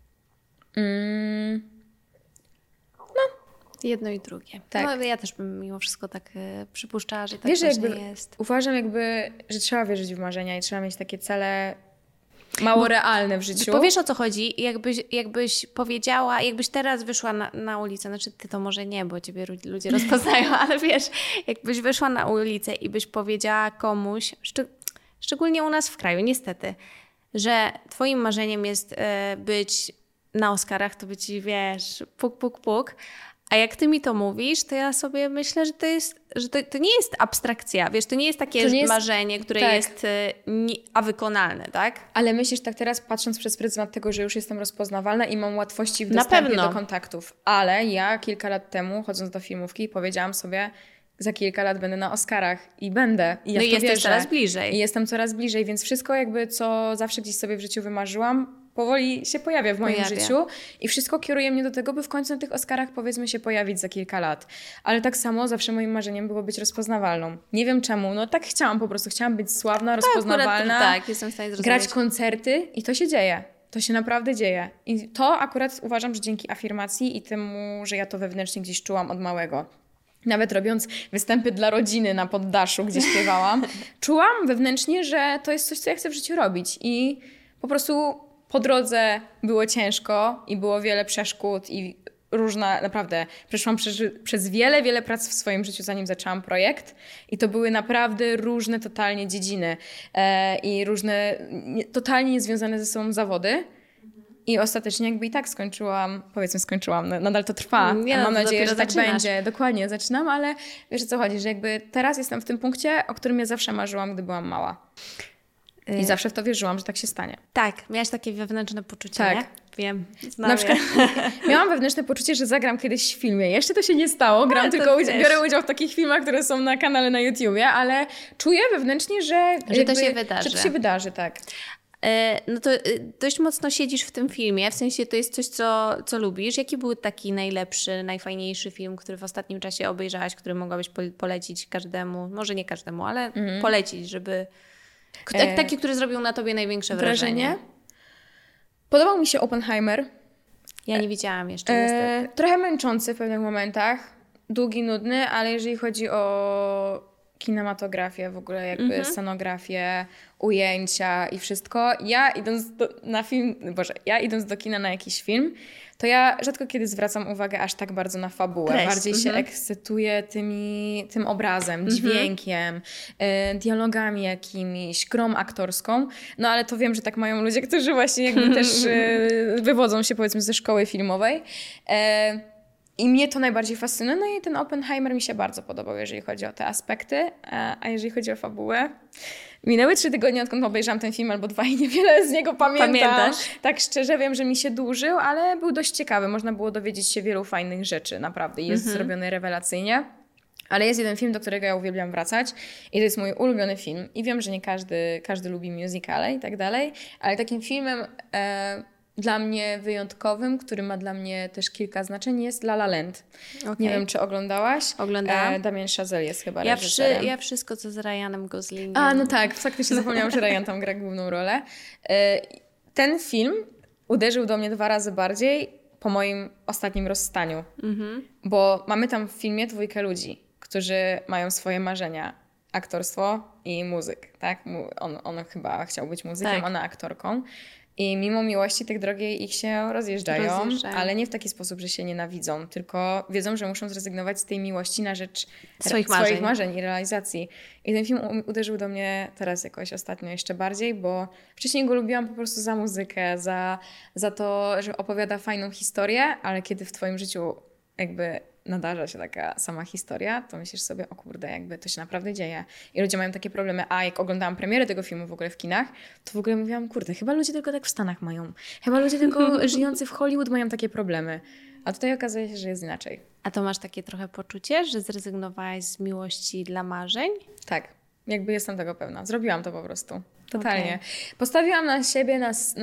Jedno i drugie. Tak. No, ja też bym mimo wszystko tak przypuszczała, że tak Wiesz, właśnie jakby jest. Uważam że trzeba wierzyć w marzenia i trzeba mieć takie cele mało realne w życiu. Bo wiesz, o co chodzi? Jakbyś powiedziała, jakbyś teraz wyszła na ulicę, znaczy ty to może nie, bo ciebie ludzie rozpoznają, ale wiesz, jakbyś wyszła na ulicę i byś powiedziała komuś, szczególnie u nas w kraju, niestety, że twoim marzeniem jest być na Oscarach, to by ci, wiesz, puk, puk, puk. A jak ty mi to mówisz, to ja sobie myślę, że to nie jest abstrakcja, wiesz, to nie jest takie marzenie, które jest wykonalne, tak? Ale myślisz tak teraz, patrząc przez pryzmat tego, że już jestem rozpoznawalna i mam łatwości w dostępie do kontaktów. Ale ja kilka lat temu, chodząc do filmówki, powiedziałam sobie, za kilka lat będę na Oscarach i będę. I ja jesteś coraz bliżej. I jestem coraz bliżej, więc wszystko jakby, co zawsze gdzieś sobie w życiu wymarzyłam, powoli się pojawia w moim życiu i wszystko kieruje mnie do tego, by w końcu na tych Oscarach, powiedzmy, się pojawić za kilka lat. Ale tak samo zawsze moim marzeniem było być rozpoznawalną. Nie wiem czemu, no tak chciałam po prostu. Chciałam być sławna, rozpoznawalna, tak, jestem w stanie zrozumieć. grać koncerty i to się dzieje. To się naprawdę dzieje. I to akurat uważam, że dzięki afirmacji i temu, że ja to wewnętrznie gdzieś czułam od małego. Nawet robiąc występy dla rodziny na poddaszu, gdzie śpiewałam, czułam wewnętrznie, że to jest coś, co ja chcę w życiu robić. I po prostu po drodze było ciężko i było wiele przeszkód i naprawdę przeszłam przez wiele prac w swoim życiu, zanim zaczęłam projekt i to były naprawdę różne totalnie dziedziny i różne totalnie niezwiązane ze sobą zawody. I ostatecznie jakby i tak skończyłam, nadal to trwa. Mam nadzieję, że tak będzie. Dokładnie, zaczynam, ale wiesz o co chodzi, że jakby teraz jestem w tym punkcie, o którym ja zawsze marzyłam, gdy byłam mała. I zawsze w to wierzyłam, że tak się stanie. Tak, miałaś takie wewnętrzne poczucie, tak. nie? Wiem, znam na przykład miałam wewnętrzne poczucie, że zagram kiedyś w filmie. Jeszcze to się nie stało. Biorę udział w takich filmach, które są na kanale na YouTubie, ale czuję wewnętrznie, że to się wydarzy. Że to się wydarzy, tak. No to dość mocno siedzisz w tym filmie, w sensie to jest coś, co lubisz. Jaki był taki najlepszy, najfajniejszy film, który w ostatnim czasie obejrzałaś, który mogłabyś polecić każdemu, może nie każdemu, ale polecić, żeby... Taki, który zrobił na tobie największe wrażenie. Podobał mi się Oppenheimer. Ja nie widziałam jeszcze niestety. Trochę męczący w pewnych momentach. Długi, nudny, ale jeżeli chodzi o kinematografię, w ogóle jakby scenografię, ujęcia i wszystko. Ja idąc do kina na jakiś film, to ja rzadko kiedy zwracam uwagę aż tak bardzo na fabułę. Bardziej się ekscytuję tym obrazem, dźwiękiem, dialogami jakimiś, grą aktorską. No ale to wiem, że tak mają ludzie, którzy właśnie jakby też wywodzą się powiedzmy ze szkoły filmowej. I mnie to najbardziej fascynuje. No i ten Oppenheimer mi się bardzo podobał, jeżeli chodzi o te aspekty. A jeżeli chodzi o fabułę, minęły 3 tygodnie, odkąd obejrzałam ten film, albo 2 i niewiele z niego pamiętam. Pamiętasz? Tak szczerze wiem, że mi się dłużył, ale był dość ciekawy. Można było dowiedzieć się wielu fajnych rzeczy, naprawdę. Jest zrobiony rewelacyjnie. Ale jest jeden film, do którego ja uwielbiam wracać i to jest mój ulubiony film. I wiem, że nie każdy lubi musicale i tak dalej, ale takim filmem... dla mnie wyjątkowym, który ma dla mnie też kilka znaczeń, jest La La Land. Okay. Nie wiem, czy oglądałaś? Oglądałam. Damien Chazelle jest chyba reżyserem. Ja wszystko, co z Ryanem Goslingiem. No tak, faktycznie zapomniałam, że Ryan tam gra główną rolę. Ten film uderzył do mnie 2 razy bardziej po moim ostatnim rozstaniu. Bo mamy tam w filmie 2 ludzi, którzy mają swoje marzenia. aktorstwo i muzyk, tak? On chyba chciał być muzykiem, Tak. ona aktorką. I mimo miłości tych drogi ich się rozjeżdżają, ale nie w taki sposób, że się nienawidzą, tylko wiedzą, że muszą zrezygnować z tej miłości na rzecz swoich marzeń i realizacji. I ten film uderzył do mnie teraz jakoś ostatnio jeszcze bardziej, bo wcześniej go lubiłam po prostu za muzykę, za to, że opowiada fajną historię, ale kiedy w twoim życiu jakby nadarza się taka sama historia, to myślisz sobie, o kurde, jakby to się naprawdę dzieje. I ludzie mają takie problemy. A jak oglądałam premierę tego filmu w ogóle w kinach, to w ogóle mówiłam, kurde, chyba ludzie tylko tak w Stanach mają. Chyba ludzie tylko żyjący w Hollywood mają takie problemy. A tutaj okazuje się, że jest inaczej. A to masz takie trochę poczucie, że zrezygnowałaś z miłości dla marzeń? Tak, jakby jestem tego pewna. Zrobiłam to po prostu. Totalnie. Postawiłam na siebie,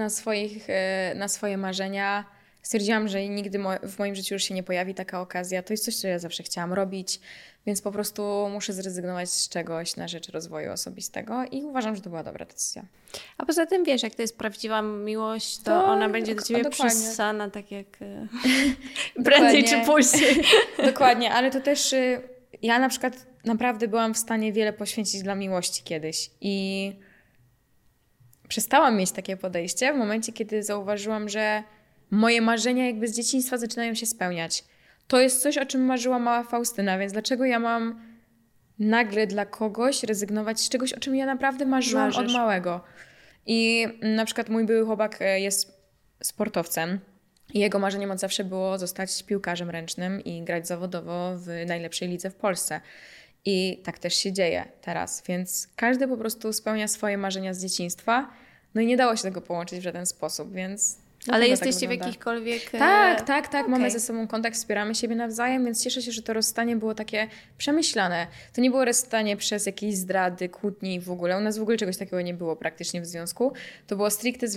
na swoje marzenia. Stwierdziłam, że nigdy w moim życiu już się nie pojawi taka okazja. To jest coś, co ja zawsze chciałam robić, więc po prostu muszę zrezygnować z czegoś na rzecz rozwoju osobistego i uważam, że to była dobra decyzja. A poza tym wiesz, jak to jest prawdziwa miłość, to ona będzie do ciebie przyssana tak jak prędzej czy później. Dokładnie, ale to też ja na przykład naprawdę byłam w stanie wiele poświęcić dla miłości kiedyś i przestałam mieć takie podejście w momencie, kiedy zauważyłam, że moje marzenia jakby z dzieciństwa zaczynają się spełniać. To jest coś, o czym marzyła mała Faustyna, więc dlaczego ja mam nagle dla kogoś rezygnować z czegoś, o czym ja naprawdę marzyłam od małego. I na przykład mój były chłopak jest sportowcem i jego marzeniem od zawsze było zostać piłkarzem ręcznym i grać zawodowo w najlepszej lidze w Polsce. I tak też się dzieje teraz, więc każdy po prostu spełnia swoje marzenia z dzieciństwa, no i nie dało się tego połączyć w żaden sposób, więc... Ale jesteście w jakichkolwiek... Tak. Okay. Mamy ze sobą kontakt, wspieramy siebie nawzajem, więc cieszę się, że to rozstanie było takie przemyślane. To nie było rozstanie przez jakieś zdrady, kłótnie i w ogóle. U nas w ogóle czegoś takiego nie było praktycznie w związku. To było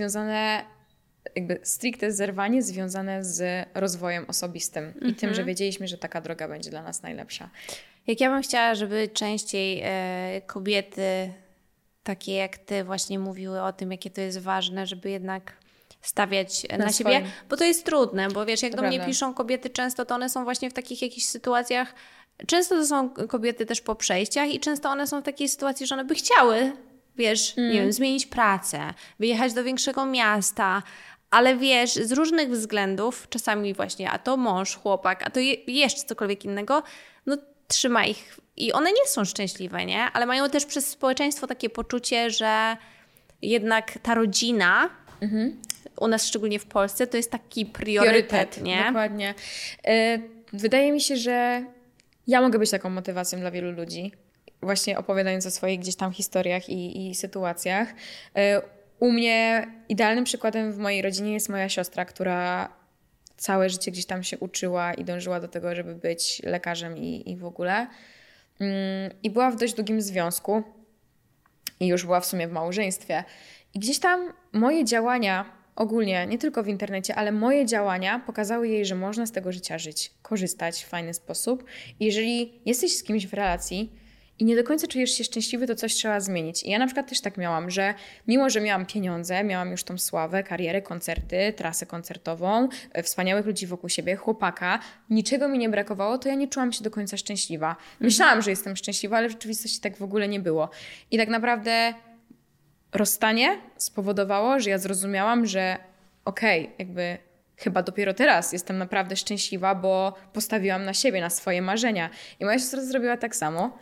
stricte zerwanie związane z rozwojem osobistym i tym, że wiedzieliśmy, że taka droga będzie dla nas najlepsza. Jak ja bym chciała, żeby częściej kobiety takie jak ty właśnie mówiły o tym, jakie to jest ważne, żeby jednak stawiać na siebie, bo to jest trudne, bo wiesz, jak do mnie piszą kobiety często, to one są właśnie w takich jakichś sytuacjach, często to są kobiety też po przejściach i często one są w takiej sytuacji, że one by chciały, wiesz, nie wiem, zmienić pracę, wyjechać do większego miasta, ale wiesz, z różnych względów, czasami właśnie, a to mąż, chłopak, a to jeszcze cokolwiek innego, no trzyma ich i one nie są szczęśliwe, nie? Ale mają też przez społeczeństwo takie poczucie, że jednak ta rodzina, u nas szczególnie w Polsce, to jest taki priorytet, nie? Dokładnie. Wydaje mi się, że ja mogę być taką motywacją dla wielu ludzi, właśnie opowiadając o swoich gdzieś tam historiach i sytuacjach. U mnie idealnym przykładem w mojej rodzinie jest moja siostra, która całe życie gdzieś tam się uczyła i dążyła do tego, żeby być lekarzem i w ogóle. I była w dość długim związku i już była w sumie w małżeństwie. I gdzieś tam moje działania, ogólnie, nie tylko w internecie, ale moje działania pokazały jej, że można z tego życia żyć, korzystać w fajny sposób. I jeżeli jesteś z kimś w relacji i nie do końca czujesz się szczęśliwy, to coś trzeba zmienić. I ja na przykład też tak miałam, że mimo, że miałam pieniądze, miałam już tą sławę, karierę, koncerty, trasę koncertową, wspaniałych ludzi wokół siebie, chłopaka, niczego mi nie brakowało, to ja nie czułam się do końca szczęśliwa. Myślałam, że jestem szczęśliwa, ale w rzeczywistości tak w ogóle nie było. I tak naprawdę rozstanie spowodowało, że ja zrozumiałam, że jakby chyba dopiero teraz jestem naprawdę szczęśliwa, bo postawiłam na siebie, na swoje marzenia. I moja siostra zrobiła tak samo.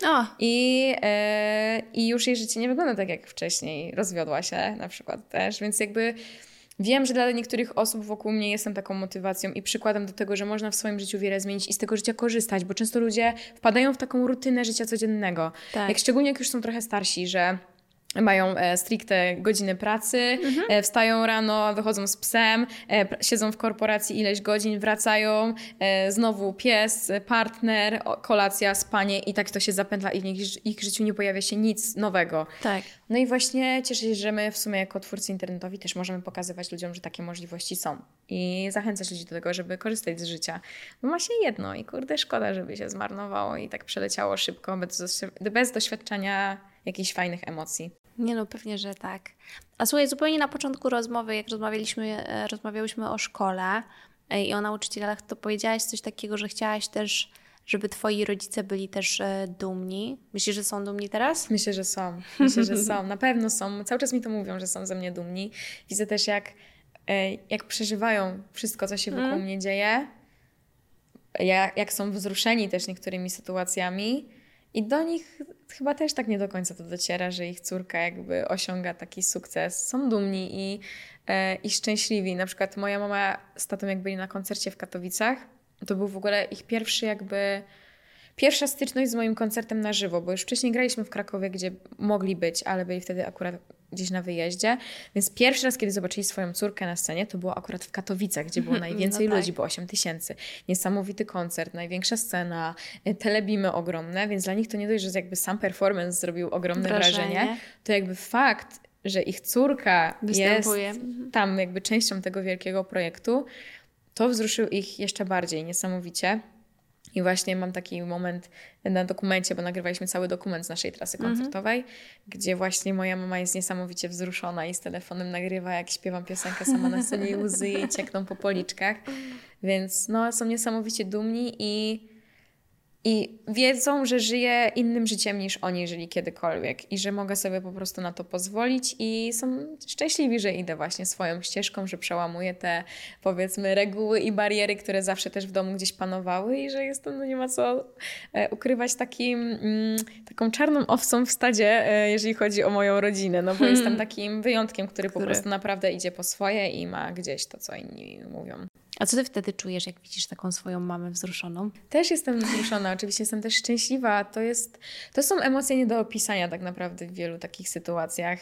I już jej życie nie wygląda tak jak wcześniej. Rozwiodła się na przykład też, więc jakby wiem, że dla niektórych osób wokół mnie jestem taką motywacją i przykładem do tego, że można w swoim życiu wiele zmienić i z tego życia korzystać, bo często ludzie wpadają w taką rutynę życia codziennego. Tak. Szczególnie jak już są trochę starsi, że mają stricte godziny pracy, wstają rano, wychodzą z psem, siedzą w korporacji ileś godzin, wracają, znowu pies, partner, kolacja, spanie i tak to się zapętla i w ich życiu nie pojawia się nic nowego. Tak. No i właśnie cieszę się, że my w sumie jako twórcy internetowi też możemy pokazywać ludziom, że takie możliwości są i zachęcać ludzi do tego, żeby korzystać z życia. Bo ma się jedno i kurde szkoda, żeby się zmarnowało i tak przeleciało szybko, bez doświadczenia jakichś fajnych emocji. Nie no, pewnie, że tak. A słuchaj, zupełnie na początku rozmowy, jak rozmawiałyśmy o szkole i o nauczycielach, to powiedziałaś coś takiego, że chciałaś też, żeby twoi rodzice byli też dumni? Myślisz, że są dumni teraz? Myślę, że są. Myślę, że są. Na pewno są. Cały czas mi to mówią, że są ze mnie dumni. Widzę też, jak przeżywają wszystko, co się wokół mnie dzieje. Jak są wzruszeni też niektórymi sytuacjami. I do nich chyba też tak nie do końca to dociera, że ich córka jakby osiąga taki sukces. Są dumni i szczęśliwi. Na przykład moja mama z tatą jak byli na koncercie w Katowicach, to był w ogóle ich pierwsza styczność z moim koncertem na żywo, bo już wcześniej graliśmy w Krakowie, gdzie mogli być, ale byli wtedy akurat gdzieś na wyjeździe. Więc pierwszy raz, kiedy zobaczyli swoją córkę na scenie, to było akurat w Katowicach, gdzie było najwięcej ludzi, było 8 000. Niesamowity koncert, największa scena, telebimy ogromne, więc dla nich to nie dość, że jakby sam performance zrobił ogromne wrażenie, to jakby fakt, że ich córka występuje. Jest tam jakby częścią tego wielkiego projektu, to wzruszył ich jeszcze bardziej, niesamowicie. I właśnie mam taki moment na dokumencie, bo nagrywaliśmy cały dokument z naszej trasy koncertowej, gdzie właśnie moja mama jest niesamowicie wzruszona i z telefonem nagrywa, jak śpiewam piosenkę sama na scenie i łzy jej ciekną po policzkach. Więc no, są niesamowicie dumni i wiedzą, że żyję innym życiem niż oni żyli kiedykolwiek i że mogę sobie po prostu na to pozwolić i są szczęśliwi, że idę właśnie swoją ścieżką, że przełamuję te, powiedzmy, reguły i bariery, które zawsze też w domu gdzieś panowały i że jestem, no nie ma co ukrywać taką czarną owcą w stadzie, jeżeli chodzi o moją rodzinę, no bo jestem takim wyjątkiem, który po prostu naprawdę idzie po swoje i ma gdzieś to, co inni mówią. A co ty wtedy czujesz, jak widzisz taką swoją mamę wzruszoną? Też jestem wzruszona, oczywiście jestem też szczęśliwa. To są emocje nie do opisania tak naprawdę w wielu takich sytuacjach.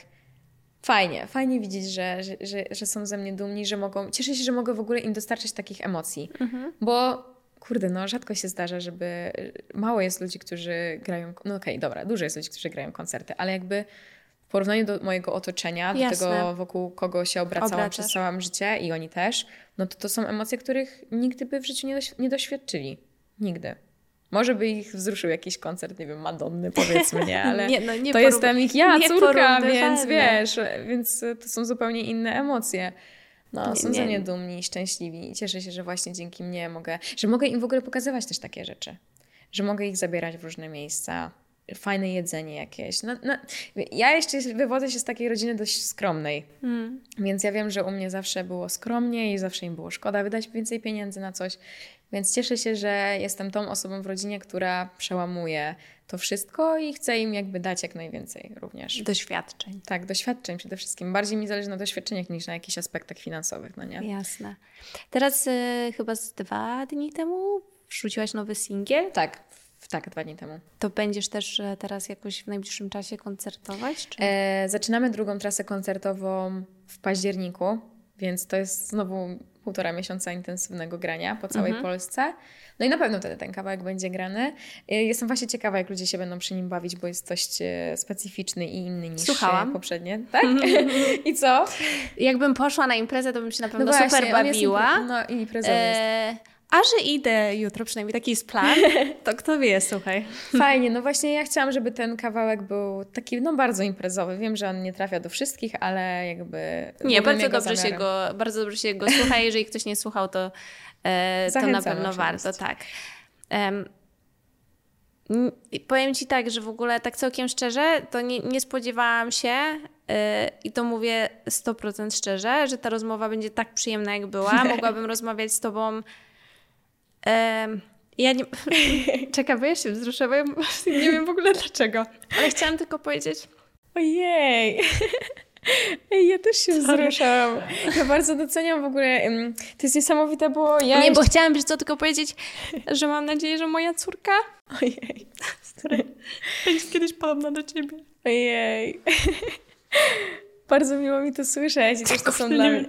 Fajnie widzieć, że są ze mnie dumni, że mogą, cieszę się, że mogę w ogóle im dostarczyć takich emocji. Bo kurde, no rzadko się zdarza, mało jest ludzi, którzy grają, no okej, dobra, dużo jest ludzi, którzy grają koncerty, ale jakby w porównaniu do mojego otoczenia, do tego, wokół kogo się obracałam przez całe życie i oni też, no to są emocje, których nigdy by w życiu nie doświadczyli. Nigdy. Może by ich wzruszył jakiś koncert, nie wiem, Madonny powiedzmy, nie? Ale to jestem ich córka, więc wiesz, więc to są zupełnie inne emocje. No, są ze mnie dumni i szczęśliwi i cieszę się, że właśnie dzięki mnie mogę im w ogóle pokazywać też takie rzeczy. Że mogę ich zabierać w różne miejsca. Fajne jedzenie jakieś. Ja jeszcze wywodzę się z takiej rodziny dość skromnej, więc ja wiem, że u mnie zawsze było skromnie i zawsze im było szkoda wydać więcej pieniędzy na coś, więc cieszę się, że jestem tą osobą w rodzinie, która przełamuje to wszystko i chcę im jakby dać jak najwięcej również. Doświadczeń. Tak, doświadczeń przede wszystkim. Bardziej mi zależy na doświadczeniach niż na jakichś aspektach finansowych, no nie? Jasne. Teraz chyba z 2 dni temu wrzuciłaś nowy singiel? Tak, 2 dni temu. To będziesz też teraz jakoś w najbliższym czasie koncertować? Czy? Zaczynamy drugą trasę koncertową w październiku, więc to jest znowu 1,5 miesiąca intensywnego grania po całej Polsce. No i na pewno wtedy ten kawałek będzie grany. Jestem właśnie ciekawa, jak ludzie się będą przy nim bawić, bo jest dość specyficzny i inny niż poprzednie. Tak? I co? Jakbym poszła na imprezę, to bym się na pewno super bawiła. No i imprezowy jest. A że idę jutro, przynajmniej taki jest plan, to kto wie, słuchaj. Fajnie, no właśnie ja chciałam, żeby ten kawałek był taki bardzo imprezowy. Wiem, że on nie trafia do wszystkich, ale jakby... Nie, bardzo dobrze się go słucha. Jeżeli ktoś nie słuchał, to na pewno warto. Tak. Powiem Ci tak, że w ogóle tak całkiem szczerze, to nie spodziewałam się i to mówię 100% szczerze, że ta rozmowa będzie tak przyjemna, jak była. Mogłabym rozmawiać z Tobą... Ja nie... Czekaj, bo ja się wzruszę, bo ja nie wiem w ogóle dlaczego. Ale chciałam tylko powiedzieć... Ojej! Ej, ja też się wzruszam. Ja bardzo doceniam w ogóle... To jest niesamowite, bo ja... Nie, bo chciałam tylko powiedzieć, że mam nadzieję, że moja córka... Ojej. Będzie kiedyś podobna do Ciebie. Ojej. Bardzo miło mi to słyszeć. I też to są dla mnie...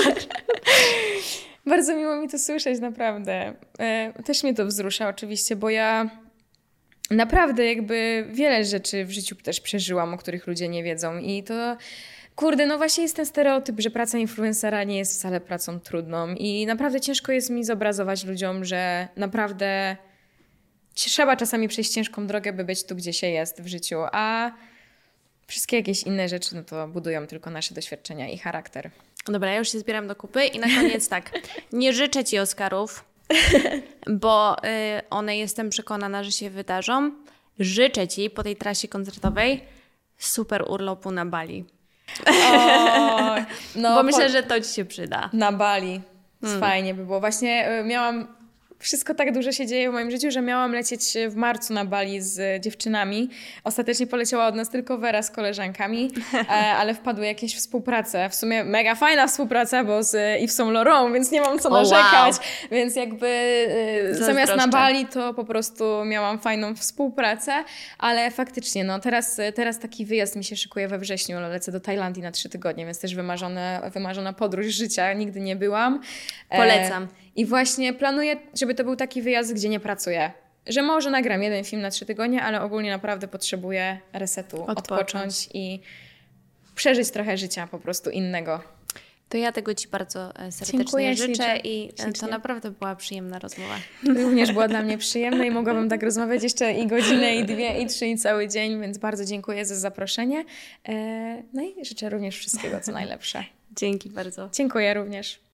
Bardzo miło mi to słyszeć, naprawdę. Też mnie to wzrusza oczywiście, bo ja naprawdę jakby wiele rzeczy w życiu też przeżyłam, o których ludzie nie wiedzą i to, kurde, no właśnie jest ten stereotyp, że praca influencera nie jest wcale pracą trudną i naprawdę ciężko jest mi zobrazować ludziom, że naprawdę trzeba czasami przejść ciężką drogę, by być tu, gdzie się jest w życiu, a wszystkie jakieś inne rzeczy, no to budują tylko nasze doświadczenia i charakter. Dobra, ja już się zbieram do kupy i na koniec tak, nie życzę Ci Oscarów, bo one jestem przekonana, że się wydarzą. Życzę Ci po tej trasie koncertowej super urlopu na Bali. O, no, bo myślę, że to Ci się przyda. Na Bali. Fajnie by było. Właśnie wszystko tak dużo się dzieje w moim życiu, że miałam lecieć w marcu na Bali z dziewczynami. Ostatecznie poleciała od nas tylko Wera z koleżankami, ale wpadły jakieś współprace. W sumie mega fajna współpraca, bo z Yves Saint Laurent, więc nie mam co narzekać. Wow. Więc jakby zamiast na Bali to po prostu miałam fajną współpracę, ale faktycznie teraz taki wyjazd mi się szykuje we wrześniu. Lecę do Tajlandii na 3 tygodnie, więc też wymarzona podróż życia. Nigdy nie byłam. Polecam. I właśnie planuję, żeby to był taki wyjazd, gdzie nie pracuję. Że może nagram 1 film na 3 tygodnie, ale ogólnie naprawdę potrzebuję resetu, odpocząć i przeżyć trochę życia po prostu innego. To ja tego Ci bardzo serdecznie życzę i to naprawdę była przyjemna rozmowa. Również była dla mnie przyjemna i mogłabym tak rozmawiać jeszcze i godzinę, i 2, i 3, i cały dzień, więc bardzo dziękuję za zaproszenie. No i życzę również wszystkiego, co najlepsze. Dzięki bardzo. Dziękuję również.